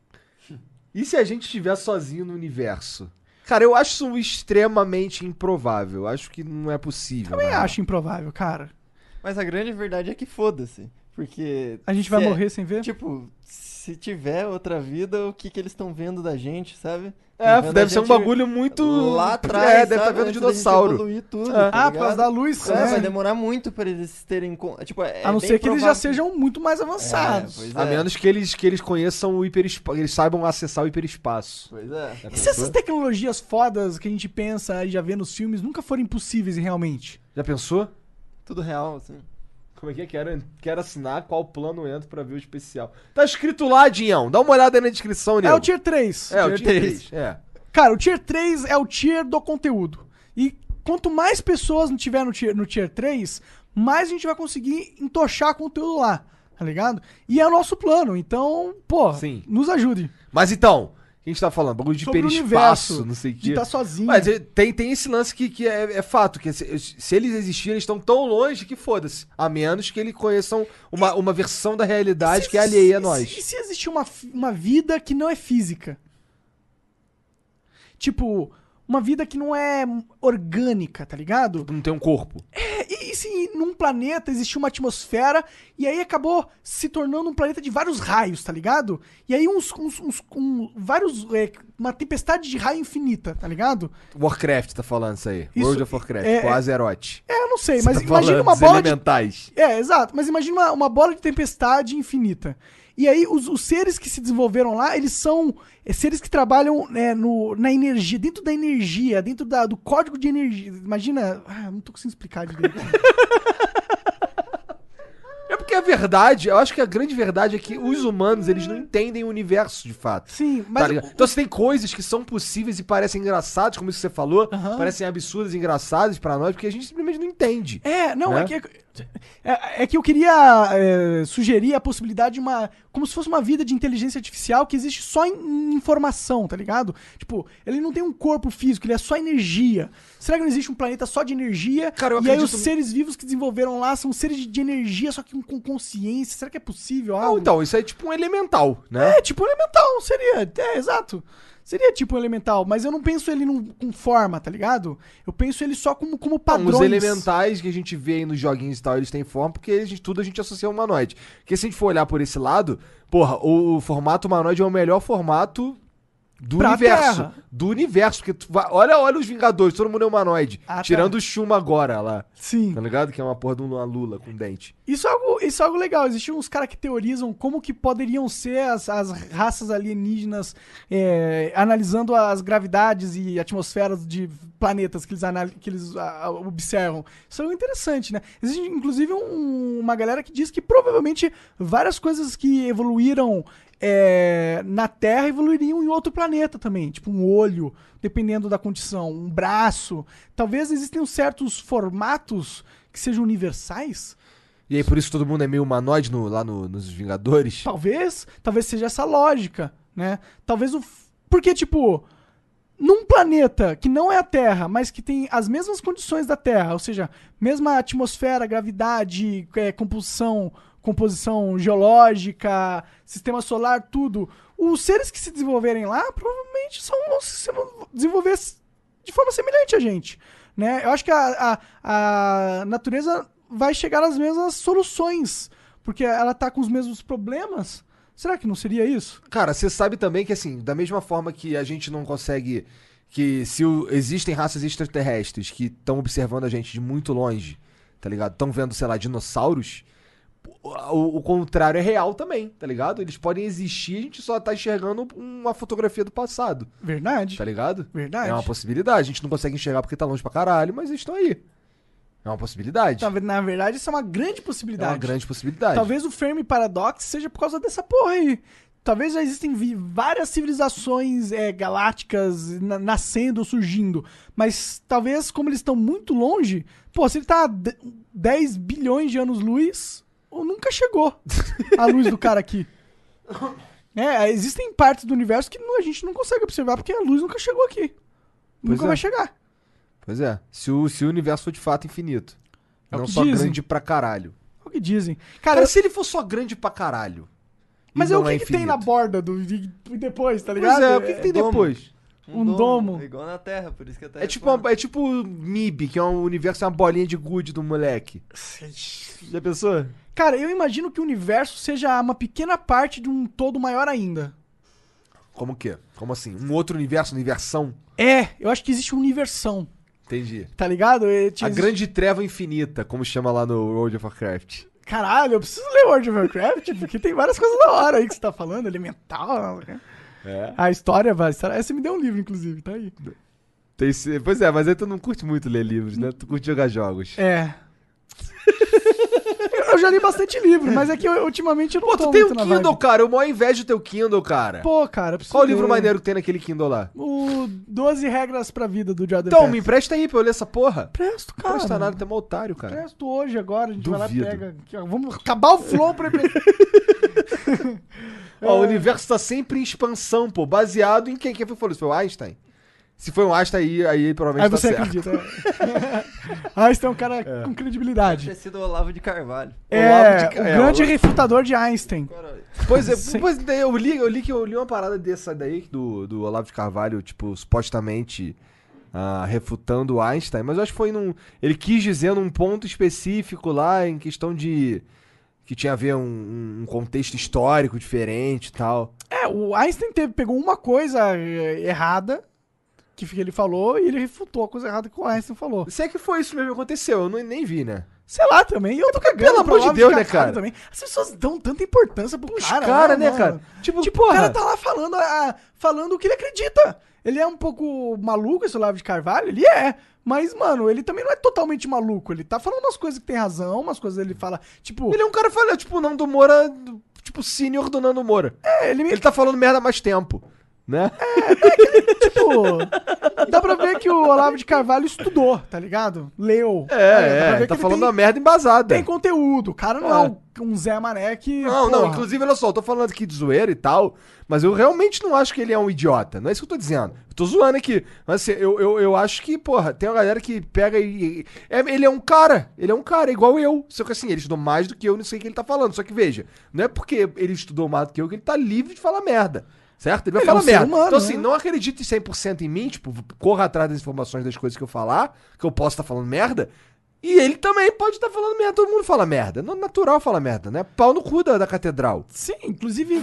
E se a gente estiver sozinho no universo? Cara, eu acho isso extremamente improvável. Eu acho que não é possível. Também acho improvável, cara. Mas a grande verdade é que foda-se. Porque... A gente vai morrer sem ver? Tipo, se tiver outra vida, o que eles estão vendo da gente, sabe? Deve ser um bagulho muito... Lá atrás, deve estar vendo dinossauro. Evoluir tudo, tá por causa da luz, vai demorar muito pra eles terem... Tipo, a não ser que eles já sejam muito mais avançados. A menos que eles conheçam o hiperespaço, eles saibam acessar o hiperespaço. Pois é. E se essas tecnologias fodas que a gente pensa e já vê nos filmes nunca forem possíveis realmente? Já pensou? Tudo real, assim. Como é que é? Quero assinar, qual plano entra pra ver o especial. Tá escrito lá, Dinhão. Dá uma olhada aí na descrição, né? É o Tier 3. É, o Tier 3. Cara, o Tier 3 é o tier do conteúdo. E quanto mais pessoas não tiver no tier 3, mais a gente vai conseguir entochar conteúdo lá, tá ligado? E é o nosso plano, então, Sim. nos ajude. Mas então, que a gente tá falando? Bagulho de Sobre o hiperespaço, universo, não sei o de quê. estar sozinho. Mas tem esse lance que é fato, que se eles existirem, eles estão tão longe que foda-se. A menos que eles conheçam uma versão da realidade que é alheia a nós. E se existir uma vida que não é física? Tipo, uma vida que não é orgânica, tá ligado? Não tem um corpo. E se num planeta existia uma atmosfera e aí acabou se tornando um planeta de vários raios, tá ligado? E aí uma tempestade de raio infinita, tá ligado? Warcraft tá falando isso aí. Isso, World of Warcraft, com Azeroth. Eu não sei, Você mas tá imagina falando uma dos bola de... elementais. Exato, mas imagina uma bola de tempestade infinita. E aí os seres que se desenvolveram lá, eles são seres que trabalham na energia, dentro da energia, dentro do código de energia. Imagina... não tô conseguindo explicar direito. É porque a verdade, eu acho que a grande verdade é que os humanos, eles não entendem o universo de fato. Sim, Tá mas... ligado? Então você tem coisas que são possíveis e parecem engraçadas, como isso que você falou, parecem absurdas e engraçadas pra nós, porque a gente simplesmente não entende. Não, né? é que eu queria sugerir a possibilidade de como se fosse uma vida de inteligência artificial que existe só em informação, tá ligado? Tipo, ele não tem um corpo físico, ele é só energia. Será que não existe um planeta só de energia? Cara, eu e aí acredito... os seres vivos que desenvolveram lá são seres de energia, só que com consciência. Será que é possível algo? Não, então, isso é tipo um elemental, né? Tipo um elemental, seria. Exato. Seria tipo um elemental, mas eu não penso ele com forma, tá ligado? Eu penso ele só como padrões. Os elementais que a gente vê aí nos joguinhos e tal, eles têm forma porque tudo a gente associa ao humanoide. Porque se a gente for olhar por esse lado, porra, o formato humanoide é o melhor formato do Pra universo. Terra. Do universo. Porque olha os Vingadores, todo mundo é humanoide. Tirando o Shuma agora lá. Sim. Tá ligado? Que é uma porra de uma lula com dente. Isso é algo legal. Existem uns caras que teorizam como que poderiam ser as raças alienígenas analisando as gravidades e atmosferas de planetas que eles observam. Isso é interessante, né? Existe, inclusive, uma galera que diz que provavelmente várias coisas que evoluíram na Terra evoluiriam em outro planeta também. Tipo um olho, dependendo da condição. Um braço. Talvez existam certos formatos que sejam universais. E aí por isso todo mundo é meio humanoide lá nos Vingadores? Talvez seja essa lógica, né? Talvez porque, tipo, num planeta que não é a Terra, mas que tem as mesmas condições da Terra, ou seja, mesma atmosfera, gravidade, composição geológica, sistema solar, tudo. Os seres que se desenvolverem lá provavelmente vão se desenvolver de forma semelhante a gente, né? Eu acho que a natureza vai chegar às mesmas soluções, porque ela tá com os mesmos problemas. Será que não seria isso? Cara, você sabe também que, assim, da mesma forma que a gente não consegue... Que se existem raças extraterrestres que estão observando a gente de muito longe, tá ligado? Estão vendo, sei lá, dinossauros... O contrário é real também, tá ligado? Eles podem existir, a gente só tá enxergando uma fotografia do passado. Verdade. Tá ligado? Verdade. É uma possibilidade. A gente não consegue enxergar porque tá longe pra caralho, mas eles estão aí. É uma possibilidade. Na verdade, isso é uma grande possibilidade. É uma grande possibilidade. Talvez o Fermi Paradox seja por causa dessa porra aí. Talvez já existem várias civilizações galácticas nascendo ou surgindo. Mas talvez, como eles estão muito longe... Pô, se ele tá a 10 bilhões de anos-luz... Nunca chegou a luz do cara aqui. Existem partes do universo que a gente não consegue observar porque a luz nunca chegou aqui. Nunca vai chegar. Pois é. Se o universo for de fato infinito. É o não que só dizem. grande pra caralho. É o que dizem. Cara, se ele for só grande pra caralho. Mas não o que tem na borda depois, tá ligado? Pois é, o que tem domo. 2? Um domo. Igual na Terra, por isso que a Terra É tipo o MIB, que é um universo, é uma bolinha de gude do moleque. Já pensou? Cara, eu imagino que o universo seja uma pequena parte de um todo maior ainda. Como o quê? Como assim? Um outro universo, universão? Eu acho que existe um universão. Entendi. Tá ligado? A grande treva infinita, como chama lá no World of Warcraft. Caralho, eu preciso ler World of Warcraft, porque tem várias coisas da hora aí que você tá falando, elemental. A história, você me deu um livro, inclusive, tá aí. Pois é, mas aí tu não curte muito ler livros, né? Tu curte jogar jogos. Eu já li bastante livro, mas é que ultimamente eu não tô tu tem um muito na Kindle, vibe. cara. Eu mó invejo do teu Kindle, cara. Pô, cara, eu preciso Qual o livro ler. maneiro que tem naquele Kindle lá? O 12 Regras pra Vida, do Jordan Então, Peterson. me empresta aí pra eu ler essa porra. Presto, Não cara. presta nada, tu é mó otário, cara. Presto hoje, agora, a gente vai lá e Duvido. pega. Aqui, ó, vamos acabar o flow pra emprestar. Ó, o universo tá sempre em expansão, pô. Baseado em quem? Quem falou isso? Foi o Einstein? Se foi o Einstein, aí provavelmente Aí tá você certo. acredita. Einstein é um cara com credibilidade. Deve ter sido o Olavo de Carvalho. É, o É, grande Olavo- refutador de Einstein. Pois é, daí eu li uma parada dessa daí, do Olavo de Carvalho, tipo, supostamente refutando o Einstein, mas eu acho que foi ele quis dizer num ponto específico lá, em questão de que tinha a ver um contexto histórico diferente e tal. O Einstein pegou uma coisa errada que ele falou e ele refutou a coisa errada que o Einstein falou. Se é que foi isso mesmo que aconteceu, eu nem vi, né? Sei lá também. E eu tô cagando pelo pro amor de Olavo Deus, né, Carvalho cara? Também. As pessoas dão tanta importância pro Os cara. caras, né, mano? cara? Tipo, porra. o cara tá lá falando o que ele acredita. Ele é um pouco maluco, esse Olavo de Carvalho? Ele é. Mas, mano, ele também não é totalmente maluco. Ele tá falando umas coisas que tem razão, umas coisas ele fala, tipo... Ele é um cara falando, tipo, o Nando Moura, tipo, sênior do Nando Moura. Ele tá falando merda há mais tempo, né? Tipo, dá pra ver que o Olavo de Carvalho estudou, tá ligado? Leu. Dá pra ver Tá que ele falando tem, uma merda embasada. tem conteúdo. O cara não é um Zé Mané que... Não, porra. inclusive, olha só, eu tô falando aqui de zoeira e tal, mas eu realmente não acho que ele é um idiota. Não é isso que eu tô dizendo. Eu tô zoando aqui. Mas assim, eu acho que, porra, tem uma galera que pega ele é um cara, igual eu. Só que assim, ele estudou mais do que eu, não sei o que ele tá falando. Só que veja, não é porque ele estudou mais do que eu que ele tá livre de falar merda. Certo? Ele vai Ele é falar um ser merda. humano, Então, assim, né? não acredite 100% em mim, tipo, corra atrás das informações das coisas que eu falar, que eu posso estar falando merda. E ele também pode estar falando merda. Todo mundo fala merda. Não é natural falar merda, né? Pau no cu da catedral. Sim, inclusive...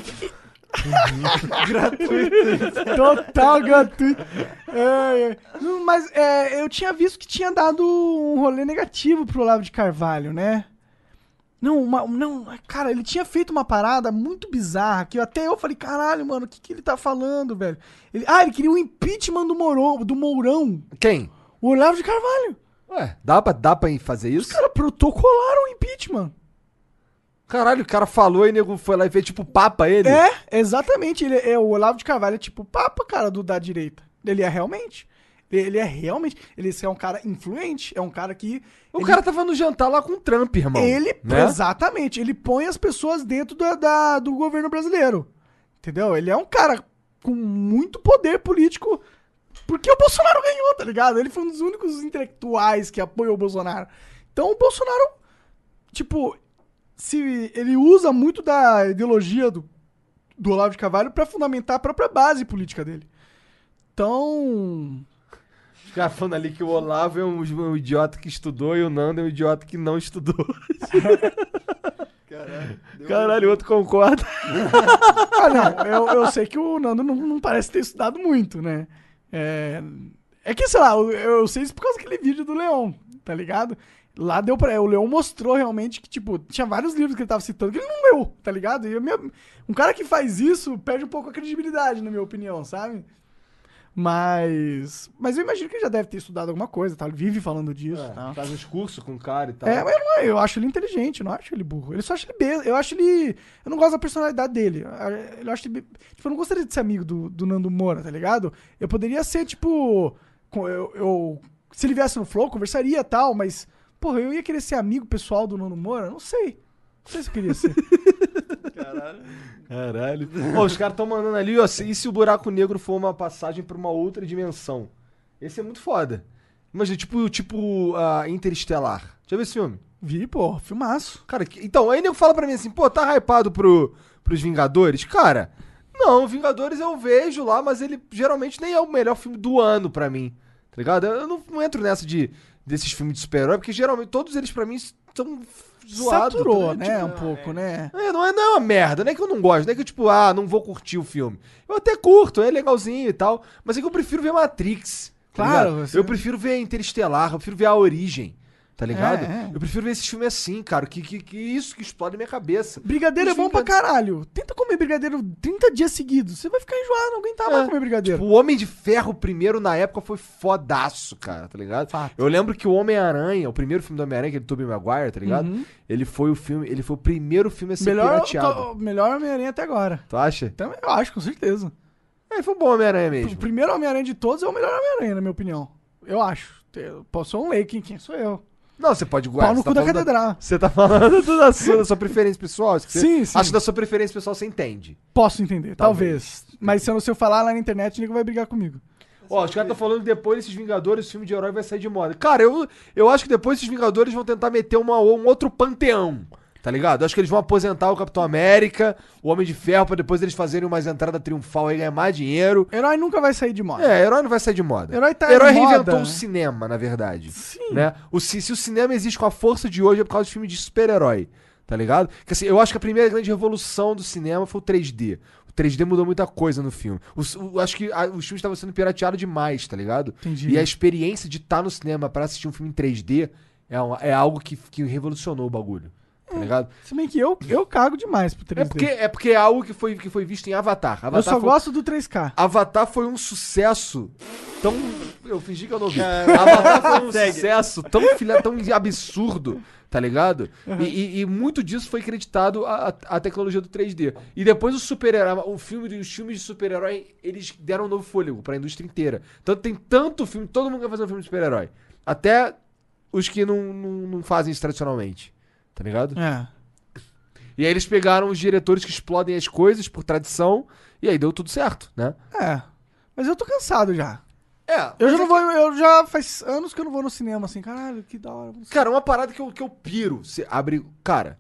gratuito. Total gratuito. Mas eu tinha visto que tinha dado um rolê negativo pro Olavo de Carvalho, né? Não, cara, ele tinha feito uma parada muito bizarra que até eu falei, caralho, mano, o que ele tá falando, velho? Ele queria o impeachment do Mourão. Quem? O Olavo de Carvalho. Ué, dá pra fazer Os isso? caras protocolaram o impeachment. Caralho, o cara falou e o nego foi lá e fez tipo papa ele. Exatamente. O Olavo de Carvalho é tipo papa, cara, da direita. Ele é realmente. Ele é um cara influente, é um cara que... O cara tava no jantar lá com o Trump, irmão. Né? Exatamente, ele põe as pessoas dentro do governo brasileiro. Entendeu? Ele é um cara com muito poder político, porque o Bolsonaro ganhou, tá ligado? Ele foi um dos únicos intelectuais que apoiou o Bolsonaro. Então o Bolsonaro, tipo, ele usa muito da ideologia do Olavo de Carvalho pra fundamentar a própria base política dele. Então... Os caras falando ali que o Olavo é um idiota que estudou e o Nando é um idiota que não estudou. Caralho, o outro concorda. Não, eu sei que o Nando não parece ter estudado muito, né? É que, sei lá, eu sei isso por causa daquele vídeo do Leon, tá ligado? Lá deu pra... O Leon mostrou realmente que, tipo, tinha vários livros que ele tava citando que ele não leu, tá ligado? E um cara que faz isso perde um pouco a credibilidade, na minha opinião, sabe? Mas eu imagino que ele já deve ter estudado alguma coisa, tá? Ele vive falando disso. Tá? Faz uns cursos com o cara e tal. Mas eu acho ele inteligente, eu não acho ele burro. Eu só acho ele besta. Eu não gosto da personalidade dele. Eu acho ele... Tipo, eu não gostaria de ser amigo do Nando Moura, tá ligado? Eu poderia ser, tipo... Se ele viesse no Flow, conversaria e tal, mas... Porra, eu ia querer ser amigo pessoal do Nando Moura? Não sei. Não sei se eu queria ser. Caralho. Ó, os caras tão mandando ali, ó. E se o buraco negro for uma passagem pra uma outra dimensão? Esse é muito foda. Imagina, tipo Interestelar. Já viu esse filme? Vi, pô, filmaço. Cara, então, aí o nego fala pra mim assim, pô, tá hypado pros Vingadores? Cara, não, Vingadores eu vejo lá, mas ele geralmente nem é o melhor filme do ano pra mim. Tá ligado? Eu não entro nessa desses filmes de super-herói, porque geralmente todos eles pra mim são zoados. Saturou, tá? né? Tipo, Um pouco, né? não é uma merda, não é que eu não gosto, não é que eu, tipo, não vou curtir o filme. Eu até curto, é legalzinho e tal, mas é que eu prefiro ver Matrix. Tá Claro, ligado? Eu prefiro ver Interestelar, eu prefiro ver A Origem. Tá ligado? É. Eu prefiro ver esses filmes assim, cara, que isso que explode minha cabeça. Brigadeiro é bom pra caralho. Tenta comer brigadeiro 30 dias seguidos. Você vai ficar enjoado, não aguentar mais comer brigadeiro. Tipo, o Homem de Ferro primeiro na época foi fodaço, cara, tá ligado? Fato. Eu lembro que o Homem-Aranha, o primeiro filme do Homem-Aranha, que é do Tobey Maguire, tá ligado? Ele foi o primeiro filme a ser pirateado. Melhor Homem-Aranha até agora. Tu acha? Também eu acho, com certeza. Ele foi um bom Homem-Aranha O mesmo. primeiro Homem-Aranha de todos é o melhor Homem-Aranha, na minha opinião. Eu acho. Eu posso ser um leigo, quem sou eu? Não, você pode Pau no você cu da catedral. Você tá falando da sua preferência pessoal. Sim. Acho que da sua preferência pessoal você entende. Posso entender, talvez. Mas se eu falar lá na internet, ninguém vai brigar comigo. Ó, os caras estão falando que depois desses Vingadores, o filme de herói vai sair de moda. Cara, eu acho que depois desses Vingadores vão tentar meter um outro panteão, tá ligado? Eu acho que eles vão aposentar o Capitão América, o Homem de Ferro, pra depois eles fazerem umas entradas triunfal aí, ganhar mais dinheiro. Herói nunca vai sair de moda. É, herói não vai sair de moda. Herói tá Herói em moda. reinventou o cinema, na verdade. Sim. Né? Se o cinema existe com a força de hoje é por causa de filme de super-herói, tá ligado? Porque, assim, eu acho que a primeira grande revolução do cinema foi o 3D. O 3D mudou muita coisa no filme. Acho que os filmes estavam sendo pirateados demais, tá ligado? Entendi. E a experiência de estar no cinema pra assistir um filme em 3D é algo que revolucionou o bagulho, tá ligado? Se bem que eu cago demais pro 3D. É porque é algo que foi visto em Avatar. Eu só gosto do 3K. Avatar foi um sucesso tão... Eu fingi que eu não ouvi. Avatar foi um sucesso tão absurdo, tá ligado? E muito disso foi acreditado à tecnologia do 3D. E depois os filmes de super-herói, eles deram um novo fôlego pra indústria inteira. Então tem tanto filme, todo mundo quer fazer um filme de super-herói. Até os que não fazem isso tradicionalmente, tá ligado? É. E aí eles pegaram os diretores que explodem as coisas por tradição, e aí deu tudo certo, né? É. Mas eu tô cansado já. É. Eu já faz anos que eu não vou no cinema, assim, caralho, que da hora. Cara, uma parada que eu piro. Você abre. Cara.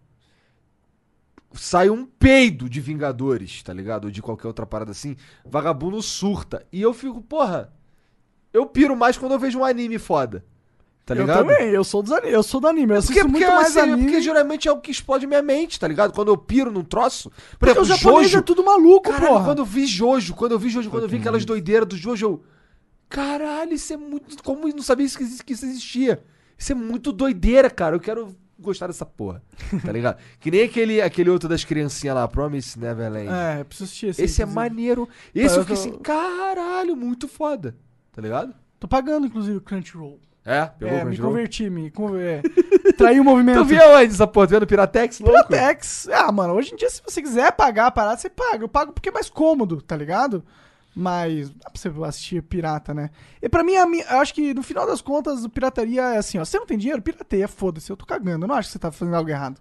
Sai um peido de Vingadores, tá ligado? Ou de qualquer outra parada assim. Vagabundo surta. E eu fico, porra. Eu piro mais quando eu vejo um anime foda. Tá ligado? Eu também, eu sou do anime. Eu assisto muito mais anime. Porque geralmente é o que explode minha mente, tá ligado? Quando eu piro num troço. Por Porque exemplo, o japonês Jojo. é tudo maluco, Caralho, porra. quando eu vi aquelas doideiras do Jojo, eu... Caralho, isso é muito... Como eu não sabia que isso existia? Isso é muito doideira, cara. Eu quero gostar dessa porra, tá ligado? Que nem aquele outro das criancinhas lá, Promise Neverland. É, eu preciso assistir Esse é maneiro. Esse eu fiquei tô- assim, caralho, muito foda, tá ligado? Tô pagando, inclusive, o Crunchyroll. Pegou o Me Crunchyroll? converti, traí o movimento. Tu via onde essa porra? Tu via no Piratex, louco? Piratex. Mano, hoje em dia, se você quiser pagar a parada, você paga. Eu pago porque é mais cômodo, tá ligado? Mas dá pra você assistir pirata, né? E pra mim, eu acho que no final das contas, o pirataria é assim, ó. Você não tem dinheiro? Pirateia, foda-se. Eu tô cagando. Eu não acho que você tá fazendo algo errado.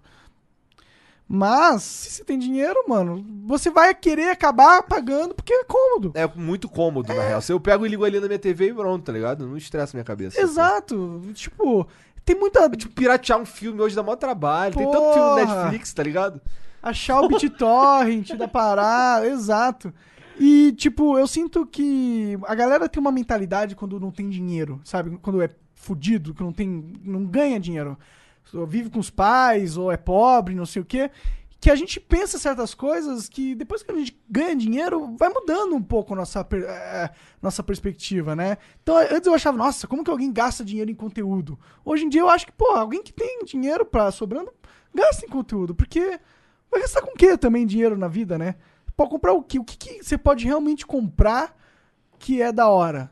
Mas, se você tem dinheiro, mano, você vai querer acabar pagando porque é cômodo. É muito cômodo, na real. Se eu pego e ligo ali na minha TV e pronto, tá ligado? Não estressa minha cabeça. Exato. Tipo, tem muita... Tipo, piratear um filme hoje dá maior trabalho. Tem tanto filme no Porra. Netflix, tá ligado? Achar o BitTorrent da parada, exato. E, tipo, eu sinto que a galera tem uma mentalidade quando não tem dinheiro, sabe? Quando é fudido, que não ganha dinheiro. Ou vive com os pais, ou é pobre, não sei o quê. Que a gente pensa certas coisas que depois que a gente ganha dinheiro, vai mudando um pouco nossa perspectiva, né? Então, antes eu achava, nossa, como que alguém gasta dinheiro em conteúdo? Hoje em dia eu acho que, pô, alguém que tem dinheiro sobrando, gasta em conteúdo. Porque vai gastar com o quê também dinheiro na vida, né? Pode comprar o quê? O que você pode realmente comprar que é da hora?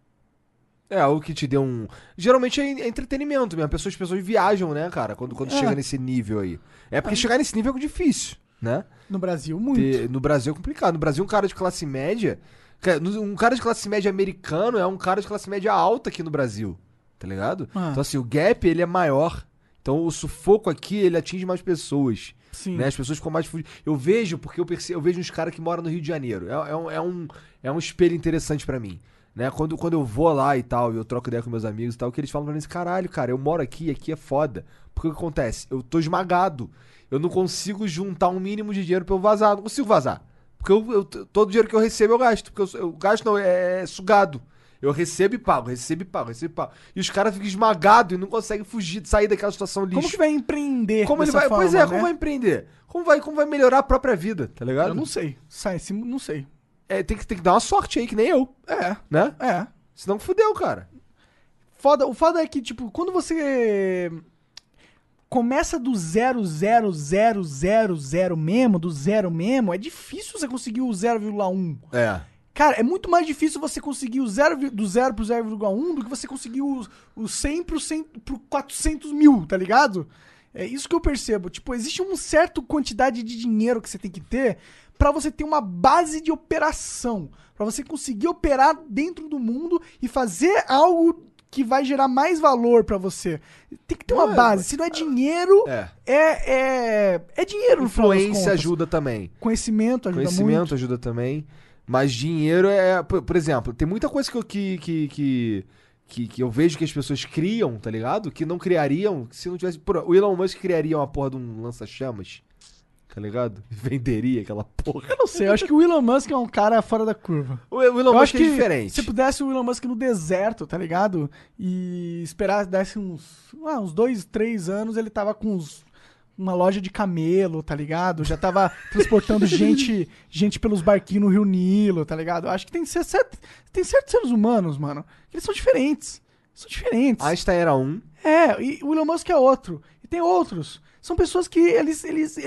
É algo que te dê um... Geralmente é entretenimento mesmo. As pessoas viajam, né, cara? Quando chega nesse nível aí. É porque chegar nesse nível é difícil, né? No Brasil, muito. No Brasil é complicado. No Brasil, um cara de classe média... Um cara de classe média americano é um cara de classe média alta aqui no Brasil. Tá ligado? Então, assim, o gap, ele é maior. Então, o sufoco aqui, ele atinge mais pessoas. Sim. Né? As pessoas ficam mais fugidas. Eu vejo, porque eu vejo uns caras que moram no Rio de Janeiro. É um espelho interessante pra mim. Né? Quando eu vou lá e tal, e eu troco ideia com meus amigos e tal, que eles falam pra mim assim, caralho, cara, eu moro aqui e aqui é foda. Porque o que acontece? Eu tô esmagado. Eu não consigo juntar um mínimo de dinheiro pra eu vazar. Não consigo vazar. Porque todo o dinheiro que eu recebo eu gasto. Porque eu gasto não, é sugado. Eu recebo e pago, recebo e pago, recebo e pago. E os caras ficam esmagados e não conseguem fugir, sair daquela situação lixo. Como que vai empreender Como ele dessa vai, forma, pois é, né? como vai empreender? Como vai melhorar a própria vida, tá ligado? Eu não sei. Não sei. Tem que dar uma sorte aí, que nem eu, né? É. Senão fudeu, cara. O foda é que, tipo, quando você começa do 0,0000 mesmo, do zero mesmo, é difícil você conseguir o 0,1. É. Cara, é muito mais difícil você conseguir o 0 pro 0,1 do que você conseguir o 100 pro 400 mil, tá ligado? É isso que eu percebo. Tipo, existe uma certa quantidade de dinheiro que você tem que ter pra você ter uma base de operação. Pra você conseguir operar dentro do mundo e fazer algo que vai gerar mais valor pra você. Tem que ter uma base. Se não é dinheiro, é dinheiro no final das Influência contas. ajuda também. Conhecimento ajuda muito. Conhecimento ajuda também. Mas dinheiro é... Por exemplo, tem muita coisa que eu vejo que as pessoas criam, tá ligado? Que não criariam se não tivesse... O Elon Musk criaria uma porra de um lança-chamas, tá ligado? Venderia aquela porra. Eu não sei, eu acho que o Elon Musk é um cara fora da curva. O Elon Eu Musk acho é que diferente. se pudesse o Elon Musk no deserto, tá ligado? E esperar, desse uns 2, 3 anos, ele tava com uma loja de camelo, tá ligado? Já tava transportando gente pelos barquinhos no Rio Nilo, tá ligado? Eu acho que tem certos seres humanos, mano, que eles são diferentes. São diferentes. Einstein era um. E o Elon Musk é outro. E tem outros. São pessoas que eles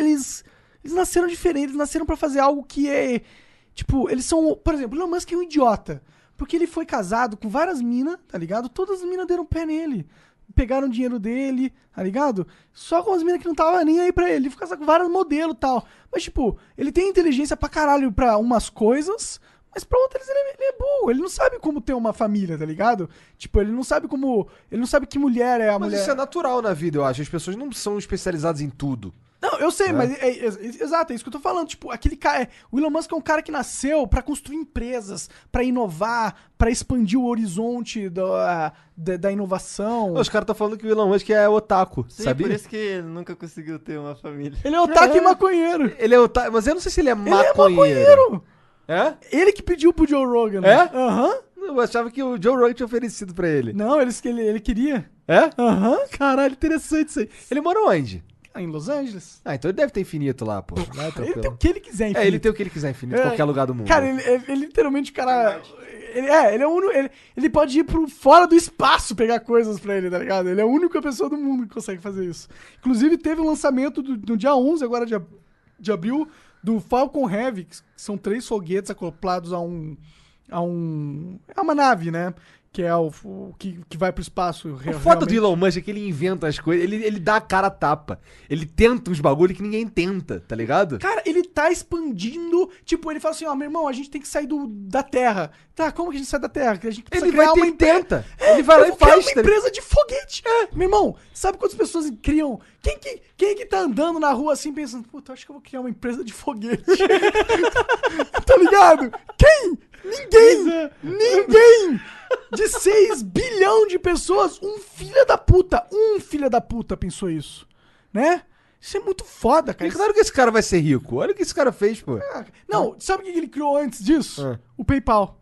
nasceram diferentes, eles nasceram pra fazer algo que é... Tipo, eles são... Por exemplo, o Elon Musk é um idiota. Porque ele foi casado com várias minas, tá ligado? Todas as minas deram pé nele. Pegaram o dinheiro dele, tá ligado? Só com as minas que não tava nem aí pra ele. Ele foi casado com vários modelos e tal. Mas, tipo, ele tem inteligência pra caralho pra umas coisas... Mas pra outras ele é burro, ele não sabe como ter uma família, tá ligado? Tipo, ele não sabe como... Ele não sabe que mulher é a mulher... Mas isso é natural na vida, eu acho. As pessoas não são especializadas em tudo. Não, eu sei, mas... Exato, é isso que eu tô falando. Tipo, aquele cara... O Elon Musk é um cara que nasceu pra construir empresas, pra inovar, pra expandir o horizonte da inovação. Os caras estão falando que o Elon Musk é otaku, Sim, sabia? por isso que ele nunca conseguiu ter uma família. Ele é otaku e maconheiro. Ele é otaku, mas eu não sei se ele é Ele é maconheiro. maconheiro. É? Ele que pediu pro Joe Rogan. É? Aham. Eu achava que o Joe Rogan tinha oferecido pra ele. Não, ele queria. É? Aham. Caralho, interessante isso aí. Ele mora onde? Em Los Angeles. Ah, então ele deve ter infinito lá, pô. Vai, Ele tranquilo. tem o que ele quiser, enfim. Ele tem o que ele quiser infinito, em qualquer lugar do mundo. Cara, ele literalmente, o cara... Ele é o único... Ele pode ir fora do espaço pegar coisas pra ele, tá ligado? Ele é a única pessoa do mundo que consegue fazer isso. Inclusive, teve um lançamento no dia 11, agora de abril, do Falcon Heavy, que são 3 foguetes acoplados a uma nave, né? Que é o que vai pro espaço. O foda do Elon Musk é que ele inventa as coisas, ele dá a cara a tapa. Ele tenta uns bagulho que ninguém tenta, tá ligado? Cara, ele tá expandindo. Tipo, ele fala assim: ó, meu irmão, a gente tem que sair da Terra. Tá, como que a gente sai da Terra? Que a gente precisa Ele vai criar ter uma e tenta. Ele vai lá e eu vou criar faz. uma empresa de foguete. Meu irmão, sabe quantas pessoas criam? Quem é que tá andando na rua assim pensando, puta, acho que eu vou criar uma empresa de foguete? Tá ligado? Quem? Ninguém! De 6 bilhões de pessoas, um filho da puta pensou isso, né? Isso é muito foda, cara. É claro que esse cara vai ser rico. Olha o que esse cara fez, pô. Não, sabe o que ele criou antes disso? O PayPal.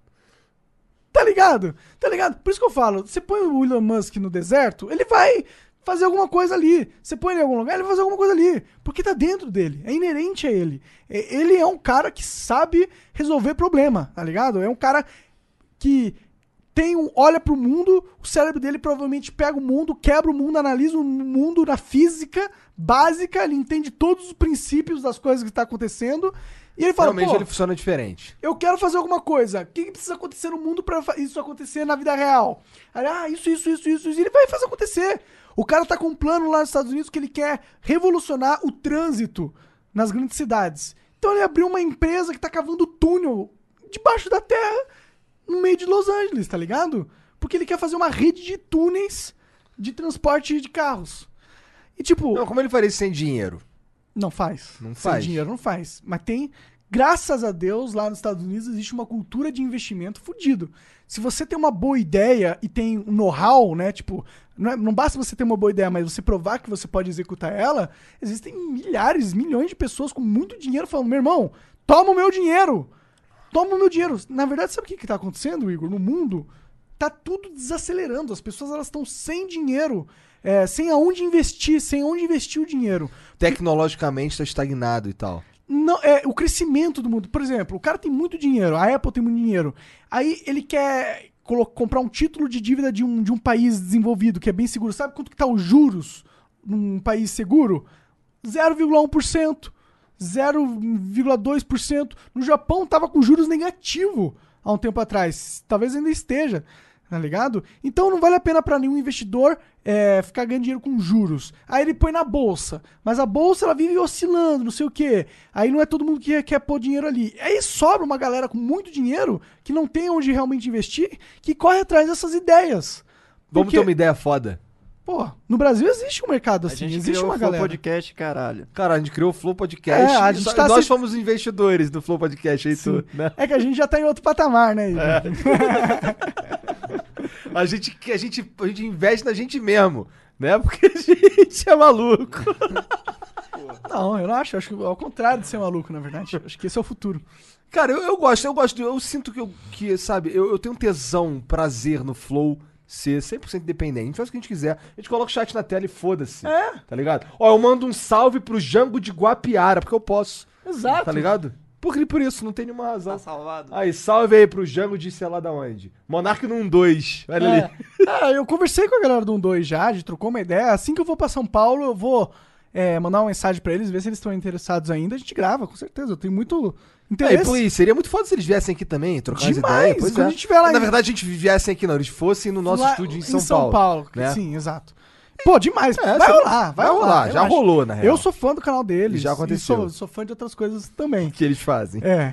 Tá ligado? Por isso que eu falo, você põe o Elon Musk no deserto, ele vai fazer alguma coisa ali. Você põe ele em algum lugar, ele vai fazer alguma coisa ali. Porque tá dentro dele, é inerente a ele. Ele é um cara que sabe resolver problema, tá ligado? É um cara que olha pro mundo, o cérebro dele provavelmente pega o mundo, quebra o mundo, analisa o mundo na física básica, ele entende todos os princípios das coisas que tá acontecendo, e ele fala, Realmente pô, ele funciona diferente. eu quero fazer alguma coisa, o que precisa acontecer no mundo pra isso acontecer na vida real? Aí, isso, e ele vai fazer acontecer. O cara tá com um plano lá nos Estados Unidos que ele quer revolucionar o trânsito nas grandes cidades. Então ele abriu uma empresa que tá cavando túnel debaixo da terra, no meio de Los Angeles, tá ligado? Porque ele quer fazer uma rede de túneis de transporte de carros. E tipo... Não, como ele faria isso sem dinheiro? Não faz. Não faz. Sem dinheiro não faz. Mas tem... Graças a Deus, lá nos Estados Unidos existe uma cultura de investimento fudido. Se você tem uma boa ideia e tem um know-how, né? Tipo, não basta você ter uma boa ideia, mas você provar que você pode executar ela, existem milhões de pessoas com muito dinheiro falando, meu irmão, toma o meu dinheiro! Toma o meu dinheiro. Na verdade, sabe o que tá acontecendo, Igor? No mundo, tá tudo desacelerando. As pessoas, elas estão sem dinheiro, sem onde investir o dinheiro. Tecnologicamente tá estagnado e tal. Não, o crescimento do mundo. Por exemplo, o cara tem muito dinheiro, a Apple tem muito dinheiro. Aí ele quer comprar um título de dívida de um país desenvolvido, que é bem seguro. Sabe quanto que tá os juros num país seguro? 0,1%. 0,2%. No Japão tava com juros negativo há um tempo atrás. Talvez ainda esteja, tá ligado? Então não vale a pena para nenhum investidor ficar ganhando dinheiro com juros. Aí ele põe na bolsa. Mas a bolsa, ela vive oscilando, não sei o quê. Aí não é todo mundo que quer pôr dinheiro ali. Aí sobra uma galera com muito dinheiro, que não tem onde realmente investir, que corre atrás dessas ideias. Vamos ter uma ideia foda. Pô, no Brasil existe um mercado A assim, gente existe criou uma o Flow galera. Podcast, caralho. Cara, a gente criou o Flow Podcast. É, a gente tá nós se- fomos os investidores do Flow Podcast aí, Sim. tu, né? É que a gente já tá em outro patamar, né, Igor? A gente investe na gente mesmo, né? Porque a gente é maluco. Não, eu não acho. Eu acho que é ao contrário de ser maluco, na verdade. Eu acho que esse é o futuro. Cara, eu gosto. Eu sinto que sabe, eu tenho tesão, prazer no Flow ser 100% independente. A gente faz o que a gente quiser. A gente coloca o chat na tela e foda-se. É. Tá ligado? Ó, eu mando um salve pro Jango de Guapiara, porque eu posso. Exato. Tá ligado? Por isso, não tem nenhuma razão. Tá salvado. Aí, salve aí pro Jango de sei lá da onde. Monark no 1-2. Olha ali. Eu conversei com a galera do 1-2 já, a gente trocou uma ideia. Assim que eu vou pra São Paulo, eu vou mandar uma mensagem pra eles, ver se eles estão interessados ainda. A gente grava, com certeza. Eu tenho muito interesse. Pô, e seria muito foda se eles viessem aqui também, trocar umas Demais, ideias. Pois quando é. a gente tiver lá Na em- verdade, a gente viessem aqui, não. Eles fossem no nosso Lá estúdio em São Paulo. né? Sim, exato. Pô, demais. É, vai sim. rolar, Vai rolar, eu já acho. rolou, na real. Eu sou fã do canal deles. Já aconteceu. E sou fã de outras coisas também. Que eles fazem. É.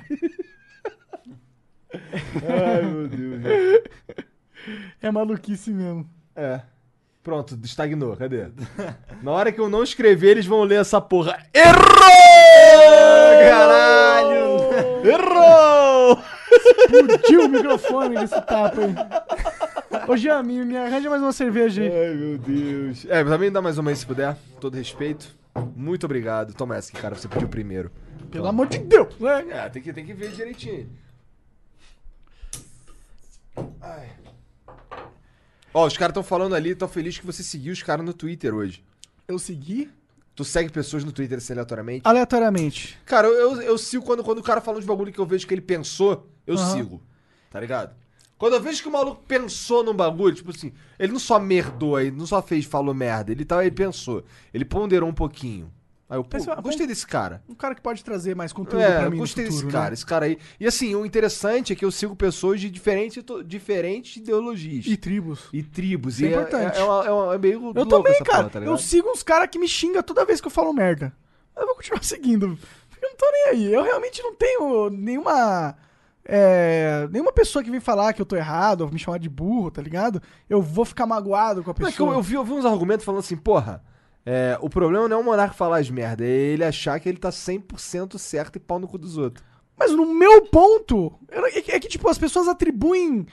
Ai, meu Deus. É maluquice mesmo. É. Pronto, estagnou. Cadê? Na hora que eu não escrever, eles vão ler essa porra. Errou! Caralho! Errou! Explodiu o microfone nesse tapa aí. Ô, Jean, me arranja mais uma cerveja aí. Ai, meu Deus. Também dá mais uma aí se puder. Todo respeito. Muito obrigado. Toma essa aqui, cara. Você pediu primeiro. Pelo amor de Deus, né? Tem que ver direitinho. Ai. Ó, os caras estão falando ali, tão felizes que você seguiu os caras no Twitter hoje. Eu segui Tu segue pessoas no Twitter assim aleatoriamente? aleatoriamente. Cara, eu sigo quando o cara fala de bagulho que eu vejo que ele pensou, eu Aham. sigo. Tá ligado? Quando eu vejo que o maluco pensou num bagulho, tipo assim, ele não só merdou, ele não só falou merda, ele pensou. Ele ponderou um pouquinho. Aí eu, pô, Pensa- gostei desse cara. Um cara que pode trazer mais conteúdo pra Eu mim gostei no futuro, desse cara, né? esse cara aí. E assim, o interessante é que eu sigo pessoas de diferentes ideologias. E tribos. E tribos. Isso é e importante. É meio Eu louco também, essa cara. porra, tá ligado? Eu sigo uns caras que me xingam toda vez que eu falo merda. Eu vou continuar seguindo. Porque eu não tô nem aí. Eu realmente não tenho nenhuma pessoa que vem falar que eu tô errado, ou me chamar de burro, tá ligado? Eu vou ficar magoado com a Não, pessoa. é que eu vi uns argumentos falando assim, porra, o problema não é o Monarca falar as merda, é ele achar que ele tá 100% certo e pau no cu dos outros. Mas no meu ponto, é que, tipo, as pessoas atribuem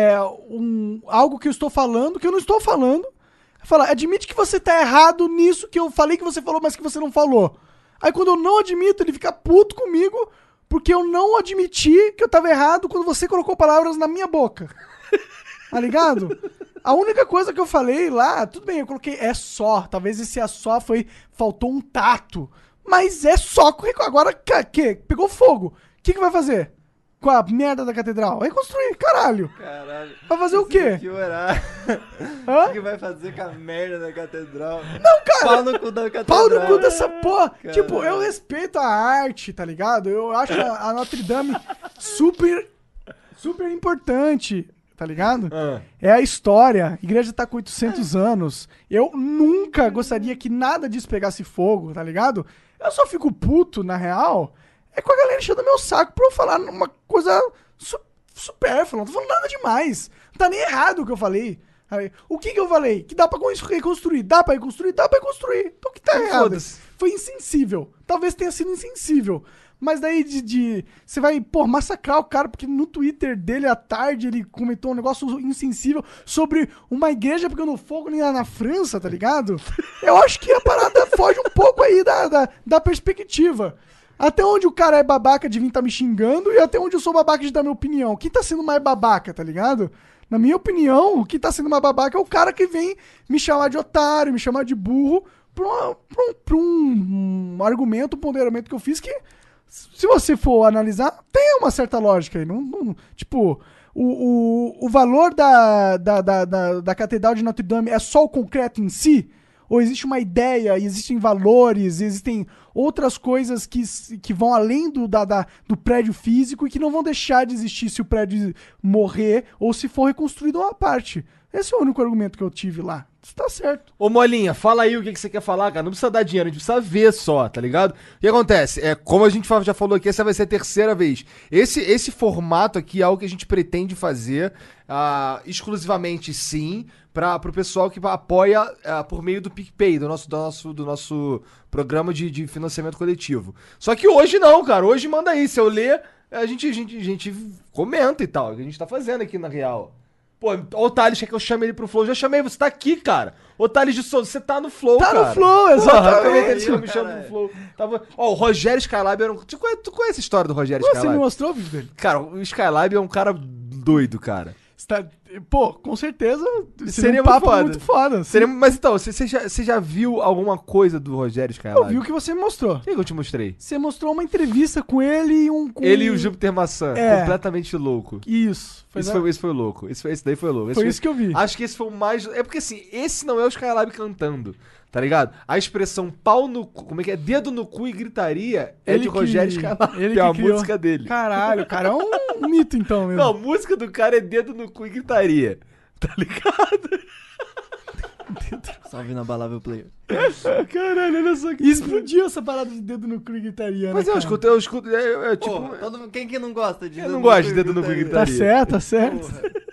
algo que eu estou falando, que eu não estou falando. Fala, admite que você tá errado nisso que eu falei que você falou, mas que você não falou. Aí quando eu não admito, ele fica puto comigo, porque eu não admiti que eu tava errado quando você colocou palavras na minha boca. Tá ligado? A única coisa que eu falei lá, tudo bem, eu coloquei é só. Talvez esse é só faltou um tato. Mas é só. Agora, que? Pegou fogo. O que vai fazer? Com a merda da catedral? Reconstruir, caralho. Caralho. Vai fazer o quê? Piorar. Hã? O que vai fazer com a merda da catedral? Não, cara. Pau no cu da catedral. Pau no cu dessa porra. Caralho. Tipo, eu respeito a arte, tá ligado? Eu acho a Notre Dame super importante, tá ligado? É a história. A igreja tá com 800 anos. Eu nunca gostaria que nada disso pegasse fogo, tá ligado? Eu só fico puto, na real, com a galera enchendo meu saco pra eu falar uma coisa supérflua. Não tô falando nada demais. Não tá nem errado o que eu falei. Aí, o que eu falei? Que dá pra reconstruir. Dá pra reconstruir? Dá pra reconstruir. Então o que tá errado? Foda-se. Foi insensível. Talvez tenha sido insensível. Mas daí você vai, massacrar o cara, porque no Twitter dele à tarde ele comentou um negócio insensível sobre uma igreja pegando fogo lá na França, tá ligado? Eu acho que a parada foge um pouco aí da perspectiva. Até onde o cara é babaca de vir tá me xingando e até onde eu sou babaca de dar minha opinião. Quem tá sendo mais babaca, tá ligado? Na minha opinião, o que tá sendo mais babaca é o cara que vem me chamar de otário, me chamar de burro por um argumento, um ponderamento que eu fiz que, se você for analisar, tem uma certa lógica aí. Tipo, o valor da Catedral de Notre Dame é só o concreto em si? Ou existe uma ideia, existem valores, existem outras coisas que vão além do prédio físico e que não vão deixar de existir se o prédio morrer ou se for reconstruído uma parte. Esse é o único argumento que eu tive lá. Isso tá certo. Ô, Molinha, fala aí o que você quer falar, cara. Não precisa dar dinheiro, a gente precisa ver só, tá ligado? O que acontece? Como a gente já falou aqui, essa vai ser a terceira vez. Esse formato aqui é algo que a gente pretende fazer exclusivamente, sim, pro pessoal que apoia por meio do PicPay, do nosso programa de financiamento coletivo. Só que hoje não, cara. Hoje manda aí. Se eu ler, a gente comenta e tal. O que a gente tá fazendo aqui, na real. Pô, o Thales quer que eu chame ele pro Flow. Já chamei, você tá aqui, cara. Ô, Thales de Souza, você tá no Flow, cara. Tá no Flow, exatamente. Porra, me chama no Flow. Ó, o Rogério Skylab era um... Tu conhece a história do Rogério Skylab? Você me mostrou o vídeo dele? Cara, o Skylab é um cara doido, cara. Pô, com certeza seria um papo foda. muito foda. Mas então, você já viu alguma coisa do Rogério Skylab? Eu vi o que você me mostrou. O que eu te mostrei? Você mostrou uma entrevista com ele e Ele e o Júpiter Maçã, completamente louco. Isso. Esse foi louco. Esse daí foi louco. Isso que eu vi. Acho que esse foi o mais... É porque assim, esse não é o Skylab cantando, tá ligado? A expressão como é que é? Dedo no cu e gritaria de Rogério Skylab. Ele é a criou. música dele. Caralho, o cara é um mito então mesmo. Não, a música do cara é dedo no cu e gritaria. Tá ligado? Salve na Balável Player. Caralho, olha só que... Explodiu essa parada de dedo no cu e gritaria, Mas né, eu escuto... tipo... Pô, quem que não gosta de dedo no cu? Eu não gosto de dedo no cu e gritaria. Tá certo.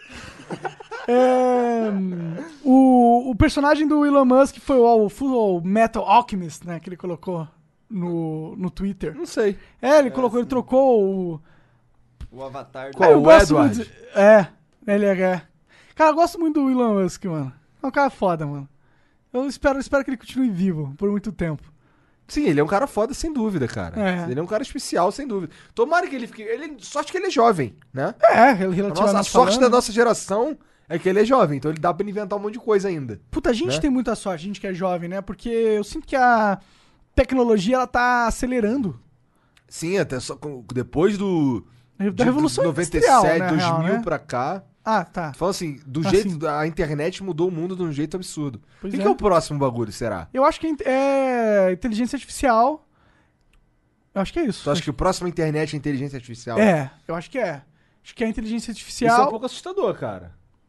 O personagem do Elon Musk foi o Full Metal Alchemist, né? Que ele colocou no Twitter. Não sei. Ele trocou o avatar do... Qual? O Edward? Ele é. Cara, eu gosto muito do Elon Musk, mano. É um cara foda, mano. Eu espero que ele continue vivo por muito tempo. Sim, ele é um cara foda, sem dúvida, cara. Ele é um cara especial, sem dúvida. Tomara que ele fique... Sorte que ele é jovem, né? Relativamente a sorte da nossa geração é que ele é jovem, então ele dá pra ele inventar um monte de coisa ainda. Puta, a gente tem muita sorte, a gente que é jovem, né? Porque eu sinto que a tecnologia, ela tá acelerando. Sim, até depois da Revolução 97, Industrial, né, 2000 né? pra cá. Tá. Fala assim, a internet mudou o mundo de um jeito absurdo. O que é o próximo bagulho, será? Eu acho que é inteligência artificial. Eu acho que é isso. Tu acha que o próximo internet é inteligência artificial? Eu acho que é. Acho que é inteligência artificial. Isso é um pouco assustador, cara.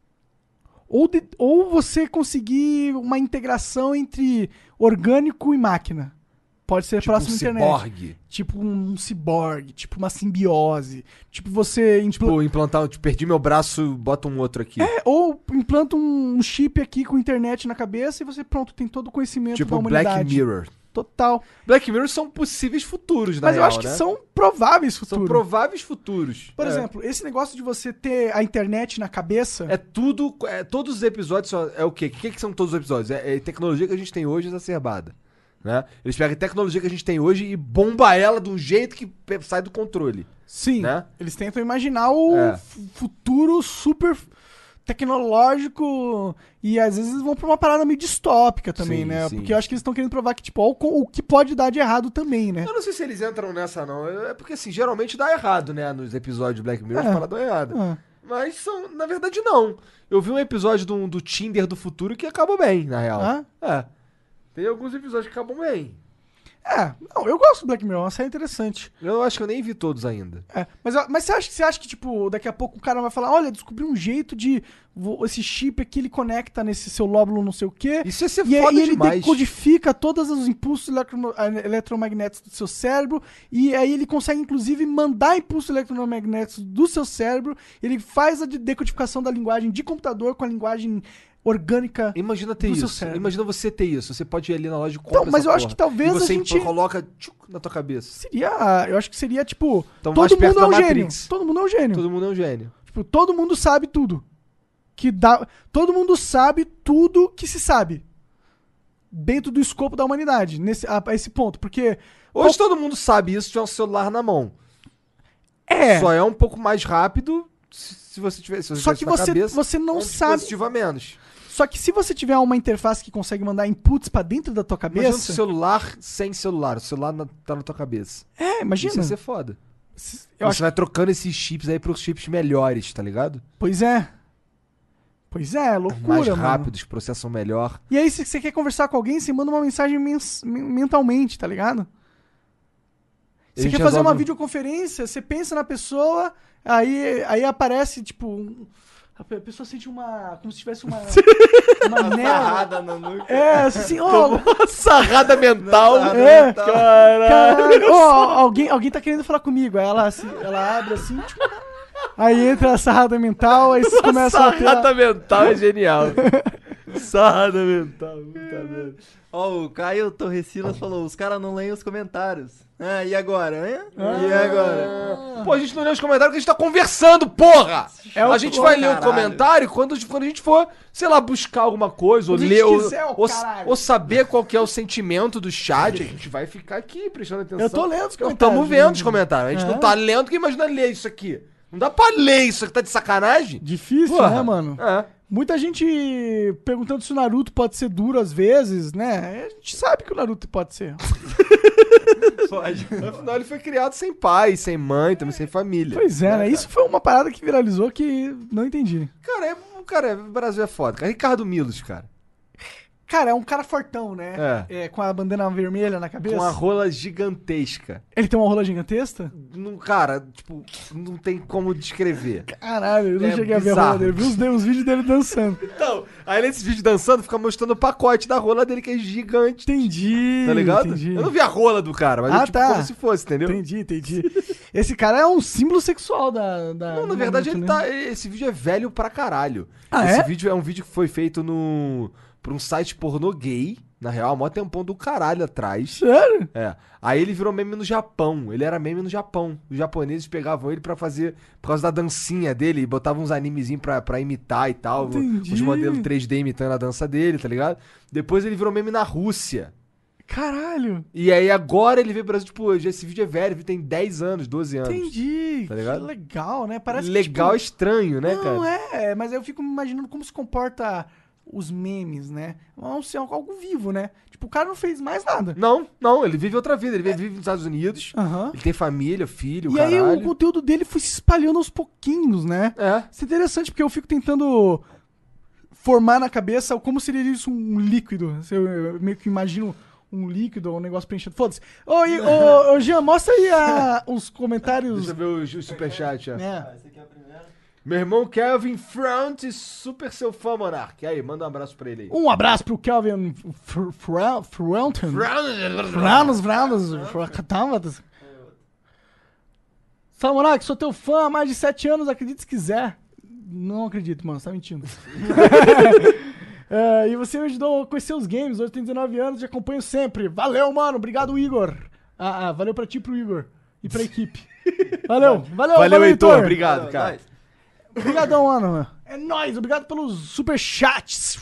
Ou você conseguir uma integração entre orgânico e máquina. Pode ser tipo próximo internet. Ciborgue. Tipo um ciborgue, tipo uma simbiose. Tipo você... implantar... Perdi meu braço, bota um outro aqui. Ou implanta um chip aqui com internet na cabeça e você, pronto, tem todo o conhecimento da humanidade. Tipo Black Mirror. Total. Black Mirror são possíveis futuros, Mas eu acho que são prováveis futuros. São prováveis futuros. Por exemplo, esse negócio de você ter a internet na cabeça... Todos os episódios é o quê? O que são todos os episódios? É tecnologia que a gente tem hoje exacerbada. Né? Eles pegam a tecnologia que a gente tem hoje e bomba ela de um jeito que sai do controle. Sim, né? Eles tentam imaginar o futuro super tecnológico e às vezes vão pra uma parada meio distópica também, né? Sim. Porque eu acho que eles estão querendo provar que, tipo, o que pode dar de errado também, né? Eu não sei se eles entram nessa, não. É porque, assim, geralmente dá errado, né? Nos episódios de Black Mirror, as paradas dão errado. Mas, na verdade, não. Eu vi um episódio do Tinder do futuro que acabou bem, na real. Tem alguns episódios que acabam bem. Não, eu gosto do Black Mirror, é uma série interessante. Eu acho que eu nem vi todos ainda. Mas você acha que, tipo, daqui a pouco o cara vai falar, olha, descobri um jeito de... Esse chip aqui, ele conecta nesse seu lóbulo não sei o quê. Isso ia ser foda e ele demais. decodifica todos os impulsos eletromagnéticos do seu cérebro. E aí ele consegue, inclusive, mandar impulsos eletromagnéticos do seu cérebro. Ele faz a decodificação da linguagem de computador com a linguagem... orgânica. Imagina ter isso. Imagina você ter isso. Você pode ir ali na loja e comprar mas eu acho que talvez e você a gente... coloca na tua cabeça. Eu acho que seria, tipo... Então, todo mundo é um gênio. Todo mundo é um gênio. Todo mundo é um gênio. Tipo, todo mundo sabe tudo. Todo mundo sabe tudo que se sabe. Dentro do escopo da humanidade. A esse ponto. Porque... Hoje todo mundo sabe isso se tiver um celular na mão. Só é um pouco mais rápido se você tiver Só que você não sabe... dispositivo a menos. Só que se você tiver uma interface que consegue mandar inputs pra dentro da tua cabeça... Imagina um celular sem celular. O celular tá na tua cabeça. Imagina. Isso ia ser foda. Você vai trocando esses chips aí pros chips melhores, tá ligado? Pois é. Loucura, mais mano. rápidos, processam melhor. E aí, se você quer conversar com alguém, você manda uma mensagem mentalmente, tá ligado? Você quer fazer uma videoconferência, você pensa na pessoa, aí aparece, tipo... A pessoa sente como se tivesse uma Sarrada no núcleo. Assim, ó... Sarrada mental. Caralho. Alguém tá querendo falar comigo. Aí ela abre assim, tipo... Aí entra a sarrada mental, aí vocês começam a ter... Sarrada mental é genial. Sarrada mental, puta merda. Ó, o Caio Torrecilas falou, os caras não leem os comentários. E agora, hein? E agora? Pô, a gente não lê os comentários porque a gente tá conversando, porra! A gente vai ler o comentário quando a gente for, sei lá, buscar alguma coisa, ou ler, ou saber qual que é o sentimento do chat. A gente vai ficar aqui prestando atenção. Eu tô lendo os comentários. Estamos vendo os comentários. A gente não tá lendo, porque imagina ler isso aqui. Não dá pra ler isso aqui, tá de sacanagem? Difícil, né, mano? Muita gente perguntando se o Naruto pode ser duro às vezes, né? A gente sabe que o Naruto pode ser. Pode. Afinal, ele foi criado sem pai, sem mãe, também sem família. Pois é, né? Isso foi uma parada que viralizou que não entendi. Cara, o Brasil é foda. Cara, Ricardo Milos, cara. Cara, é um cara fortão, né? Com a bandana vermelha na cabeça. Com a rola gigantesca. Ele tem uma rola gigantesca? Cara, tipo, não tem como descrever. Caralho, eu não cheguei a ver a rola dele. Eu vi os vídeos dele dançando. Então, aí nesse vídeo dançando, fica mostrando o pacote da rola dele, que é gigante. Entendi. Tá ligado? Entendi. Eu não vi a rola do cara, mas como se fosse, entendeu? Entendi. Esse cara é um símbolo sexual da Não, na verdade, esse vídeo é velho pra caralho. Esse vídeo é um vídeo que foi feito por um site pornô gay, na real, mó tempão do caralho atrás. Sério? Aí ele virou meme no Japão. Ele era meme no Japão. Os japoneses pegavam ele pra fazer, por causa da dancinha dele, e botavam uns animezinhos pra imitar e tal. Entendi. Os modelos 3D imitando a dança dele, tá ligado? Depois ele virou meme na Rússia. Caralho. E aí agora ele veio pro Brasil, tipo, esse vídeo é velho, tem 10 anos, 12 anos. Entendi. Tá ligado? Que legal, né? Parece legal, que, estranho, né, cara? Não, mas eu fico imaginando como se comporta os memes, né? Vão ser algo vivo, né? Tipo, o cara não fez mais nada. Não, ele vive outra vida. Ele vive nos Estados Unidos, ele tem família, filho, e aí o conteúdo dele foi se espalhando aos pouquinhos, né? Isso é interessante, porque eu fico tentando formar na cabeça como seria isso um líquido. Eu meio que imagino um líquido ou um negócio preenchendo. Foda-se. Ô, Jean, mostra aí os comentários. Deixa eu ver o superchat, Esse aqui é a primeira. Meu irmão Kelvin Front, super seu fã, Monark. Aí, manda um abraço pra ele aí. Um abraço pro Kelvin Fronten. Fala, Monark, sou teu fã há mais de 7 anos, acredite se quiser. Não acredito, mano, você tá mentindo. E você me ajudou a conhecer os games, hoje tem 19 anos, te acompanho sempre. Valeu, mano, obrigado, Igor. Valeu pra ti e pro Igor. E pra equipe. Valeu, Heitor. Obrigado, cara. Obrigadão, mano. É nóis, obrigado pelos superchats.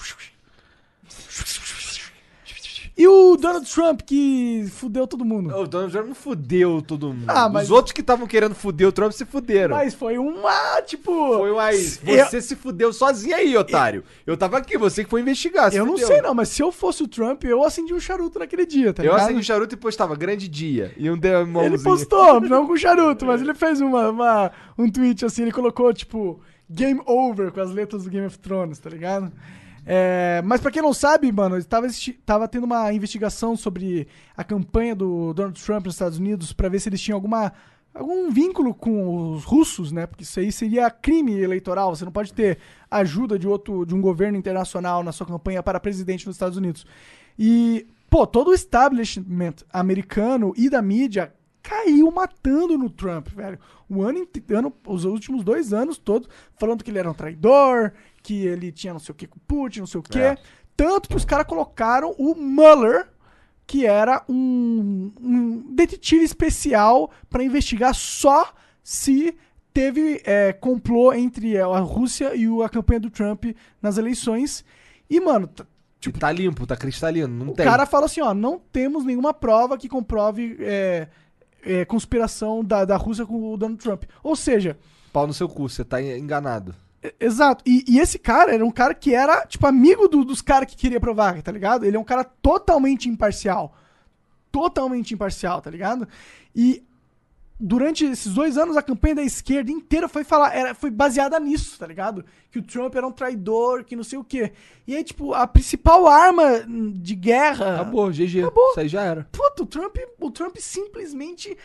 E o Donald Trump, que fudeu todo mundo. O Donald Trump não fudeu todo mundo. Mas... Os outros que estavam querendo fuder o Trump se fuderam. Mas foi tipo... Foi uma... Você se fudeu sozinho aí, otário. Eu tava aqui, você que foi investigar. Eu não sei não, mas se eu fosse o Trump, eu acendi um charuto naquele dia, tá ligado? Eu acendi um charuto e postava, grande dia. E um demônio. Ele postou, não com charuto, mas ele fez um tweet assim, ele colocou, tipo, Game Over com as letras do Game of Thrones, tá ligado? Mas pra quem não sabe, mano, tava tendo uma investigação sobre a campanha do Donald Trump nos Estados Unidos pra ver se eles tinham algum vínculo com os russos, né? Porque isso aí seria crime eleitoral. Você não pode ter ajuda de um governo internacional na sua campanha para presidente nos Estados Unidos. E, todo o establishment americano e da mídia caiu matando no Trump, velho. Os últimos 2 anos todos falando que ele era um traidor, que ele tinha não sei o que com o Putin, não sei o que. Tanto que os caras colocaram o Mueller, que era um detetive especial pra investigar só se teve complô entre a Rússia e a campanha do Trump nas eleições. E, mano... tá limpo, tá cristalino, não tem. O cara fala assim, não temos nenhuma prova que comprove conspiração da Rússia com o Donald Trump. Ou seja... Pau no seu cu, você tá enganado. Exato. E esse cara era um cara que era, tipo, amigo dos caras que queria provar, tá ligado? Ele é um cara totalmente imparcial. Tá ligado? E durante esses 2 anos, a campanha da esquerda inteira foi baseada nisso, tá ligado? Que o Trump era um traidor, que não sei o quê. E aí, tipo, a principal arma de guerra... Acabou, GG. Isso aí já era. Puta, o Trump simplesmente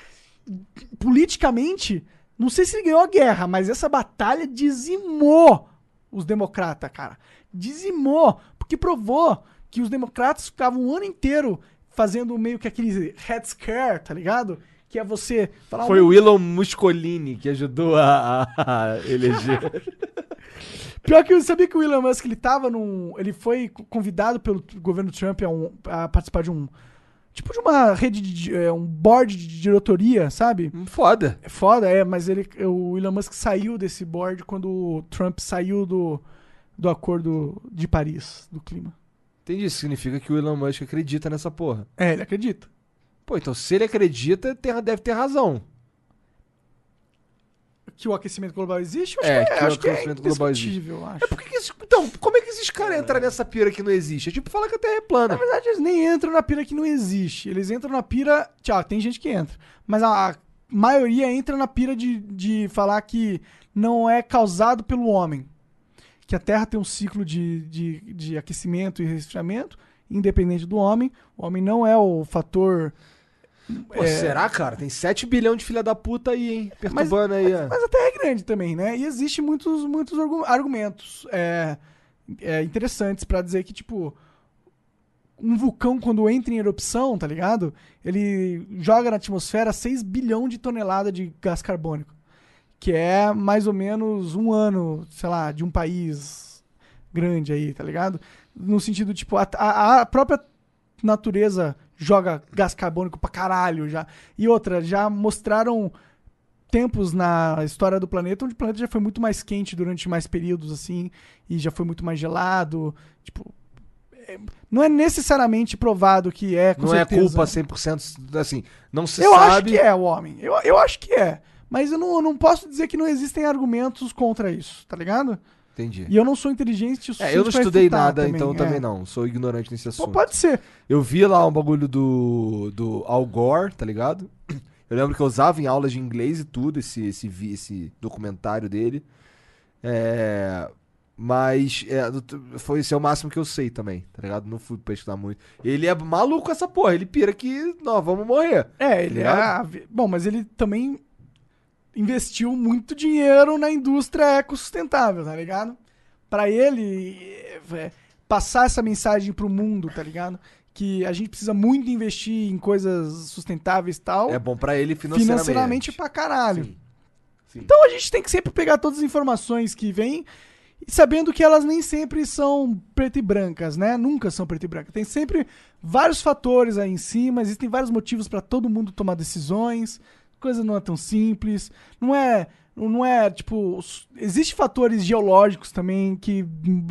politicamente, não sei se ele ganhou a guerra, mas essa batalha dizimou os democratas, cara. Dizimou, porque provou que os democratas ficavam um ano inteiro fazendo meio que aquele head scare, tá ligado? Que é você falar... Foi o Elon Muscolini que ajudou a eleger. Pior que eu sabia que o Elon Musk, ele foi convidado pelo governo Trump a participar de tipo de uma rede, um board de diretoria, sabe? Foda. É foda, mas o Elon Musk saiu desse board quando o Trump saiu do acordo de Paris, do clima. Entendi, isso significa que o Elon Musk acredita nessa porra. Ele acredita. Pô, então se ele acredita, deve ter razão. Que o aquecimento global existe? Eu que acho o aquecimento global existe. indiscutível, eu acho. Então, como é que esses caras entram nessa pira que não existe? É tipo falar que a Terra é plana. Na verdade, eles nem entram na pira que não existe. Eles entram na pira... Tchau, tem gente que entra. Mas a maioria entra na pira de falar que não é causado pelo homem. Que a Terra tem um ciclo de aquecimento e resfriamento, independente do homem. O homem não é o fator... Pô, será, cara? Tem 7 bilhões de filha da puta aí, hein? Perturbando aí. Mas a Terra é grande também, né? E existem muitos argumentos interessantes pra dizer que, tipo, um vulcão, quando entra em erupção, tá ligado? Ele joga na atmosfera 6 bilhões de toneladas de gás carbônico. Que é mais ou menos um ano, sei lá, de um país grande aí, tá ligado? No sentido, tipo, a própria natureza joga gás carbônico pra caralho já. E outra, já mostraram tempos na história do planeta onde o planeta já foi muito mais quente durante mais períodos, assim, e já foi muito mais gelado. Tipo, não é necessariamente provado que com não certeza. É culpa 100%, assim, não se eu sabe... Eu acho que é o homem. Eu acho que é. Mas eu não posso dizer que não existem argumentos contra isso, tá ligado? Entendi. E eu não sou inteligente o suficiente eu não estudei nada, também, então também não. Sou ignorante nesse assunto. Pode ser. Eu vi lá um bagulho do Al Gore, tá ligado? Eu lembro que eu usava em aulas de inglês e tudo, esse documentário dele. Mas esse é o máximo que eu sei também, tá ligado? Não fui pesquisar muito. Ele é maluco essa porra, ele pira que nós vamos morrer. Ele bom, mas ele também investiu muito dinheiro na indústria ecossustentável, tá ligado? Pra ele passar essa mensagem pro mundo, tá ligado? Que a gente precisa muito investir em coisas sustentáveis e tal. É bom pra ele financeiramente pra caralho. Sim. Então a gente tem que sempre pegar todas as informações que vêm, sabendo que elas nem sempre são preto e brancas, né? Nunca são preto e branca. Tem sempre vários fatores aí em cima, existem vários motivos pra todo mundo tomar decisões. Coisa não é tão simples. Não é tipo... Existem fatores geológicos também que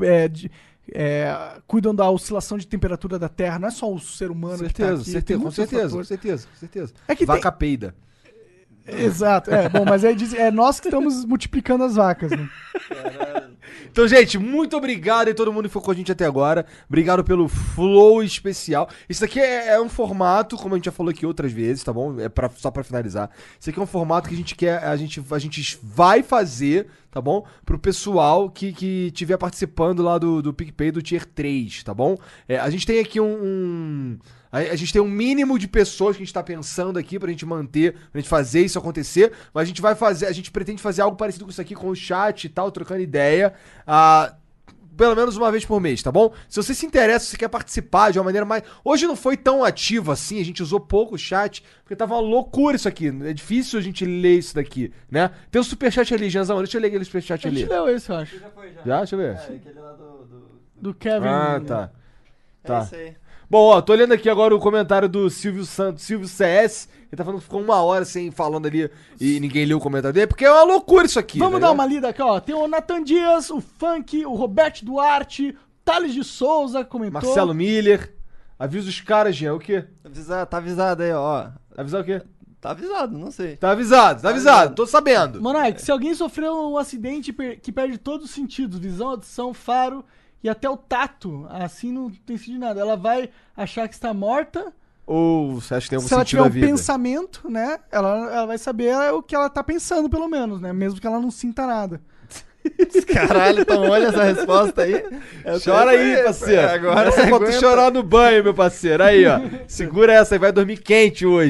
cuidam da oscilação de temperatura da Terra. Não é só o ser humano que tá aqui. Com certeza. É que vaca peida. Exato. Bom, mas é nós que estamos multiplicando as vacas, né? Então, gente, muito obrigado a todo mundo que ficou com a gente até agora. Obrigado pelo flow especial. Isso aqui é um formato, como a gente já falou aqui outras vezes, tá bom? Só pra finalizar. Isso aqui é um formato que a gente quer, a gente vai fazer, tá bom? Pro pessoal que estiver participando lá do PicPay do Tier 3, tá bom? A gente tem aqui a gente tem um mínimo de pessoas que a gente tá pensando aqui pra gente manter, pra gente fazer isso acontecer, mas a gente pretende fazer algo parecido com isso aqui, com o chat e tal, trocando ideia, pelo menos uma vez por mês, tá bom? Se você se interessa, se você quer participar de uma maneira mais... Hoje não foi tão ativo assim, a gente usou pouco o chat, porque tava uma loucura isso aqui, é difícil a gente ler isso daqui, né? Tem um superchat ali, Janzão, deixa eu ler aquele superchat ali. A gente leu esse, eu acho. Já? Deixa eu ver. Aquele lá do Kevin. Tá. É isso aí. Bom, ó, tô olhando aqui agora o comentário do Silvio Santos, Silvio CS. Ele tá falando que ficou 1 hora sem falando ali e ninguém leu o comentário dele, porque é uma loucura isso aqui. Vamos dar uma lida aqui, ó. Tem o Nathan Dias, o Funk, o Roberto Duarte, Thales de Souza comentou. Marcelo Miller. Avisa os caras, Jean, o quê? Tá avisado aí, ó. Avisar o quê? Tá avisado, não sei. Tá avisado, tô sabendo. Monark, se alguém sofreu um acidente que perde todos os sentidos, visão, audição, faro e até o tato, assim não tem sentido de nada. Ela vai achar que está morta. Ou você acha que tem algum sentido na vida? Se ela tiver um pensamento, né? Ela vai saber o que ela tá pensando, pelo menos, né? Mesmo que ela não sinta nada. Caralho, então olha essa resposta aí. Chora aí, parceiro. Agora essa pra tu chorar no banho, meu parceiro. Aí, ó. Segura essa aí, vai dormir quente hoje.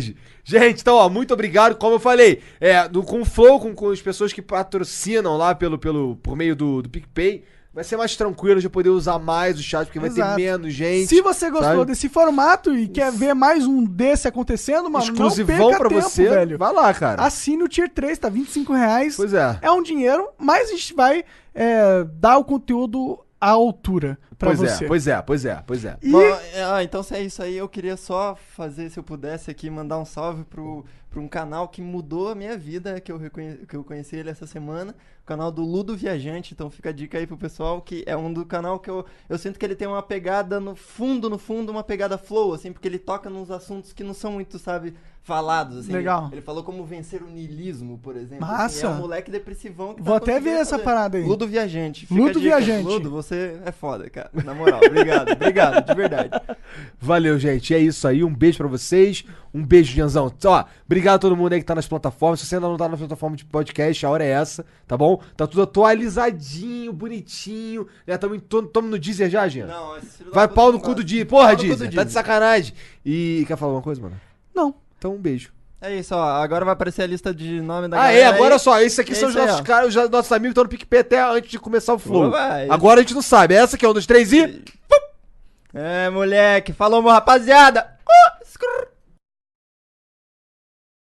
Gente, então, ó, muito obrigado. Como eu falei, com o Flow, com as pessoas que patrocinam lá por meio do PicPay, vai ser mais tranquilo de poder usar mais o chat, porque vai ter menos gente. Se você gostou sabe? desse formato e quer ver mais um desse acontecendo, mano, exclusivão não perca pra tempo, você, velho. vai lá, cara. Assine o Tier 3, tá R$25. Pois é. É um dinheiro, mas a gente vai dar o conteúdo à altura pra você. Pois é. E... Bom, então se é isso aí, eu queria só fazer, se eu pudesse aqui, mandar um salve pra um canal que mudou a minha vida, que eu conheci ele essa semana, o canal do Ludo Viajante. Então fica a dica aí pro pessoal, que é um do canal que eu sinto que ele tem uma pegada no fundo, uma pegada flow, assim, porque ele toca nos assuntos que não são muito, sabe, falados, assim. Legal. Ele falou como vencer o niilismo, por exemplo. Massa. Assim, é um moleque depressivão que Vou até ver essa parada aí. Ludo Viajante. Fica Ludo a dica. Viajante. Ludo, você é foda, cara. Na moral, obrigado, de verdade. Valeu, gente. É isso aí. Um beijo pra vocês. Um beijo, Janzão. Ó, obrigado a todo mundo aí que tá nas plataformas. Se você ainda não tá na plataforma de podcast, a hora é essa, tá bom? Tá tudo atualizadinho, bonitinho. Tamo no Deezer já, Jean? Não, esse filho da Vai puta pau no não cu gosta. do Deezer. Porra, Pau no cu do Deezer. Tá de Deezer. sacanagem. E quer falar alguma coisa, mano? Não. Então, um beijo. É isso, ó. Agora vai aparecer a lista de nome da Ah, galera. agora aí. só. Esses aqui É são os isso aí, nossos ó. caras, os nossos amigos que estão no PicPay até antes de começar o Flow. Opa, isso. Agora a gente não sabe. Essa aqui é 1, 2, 3 e... É, moleque. Falou, meu rapaziada. Skrr.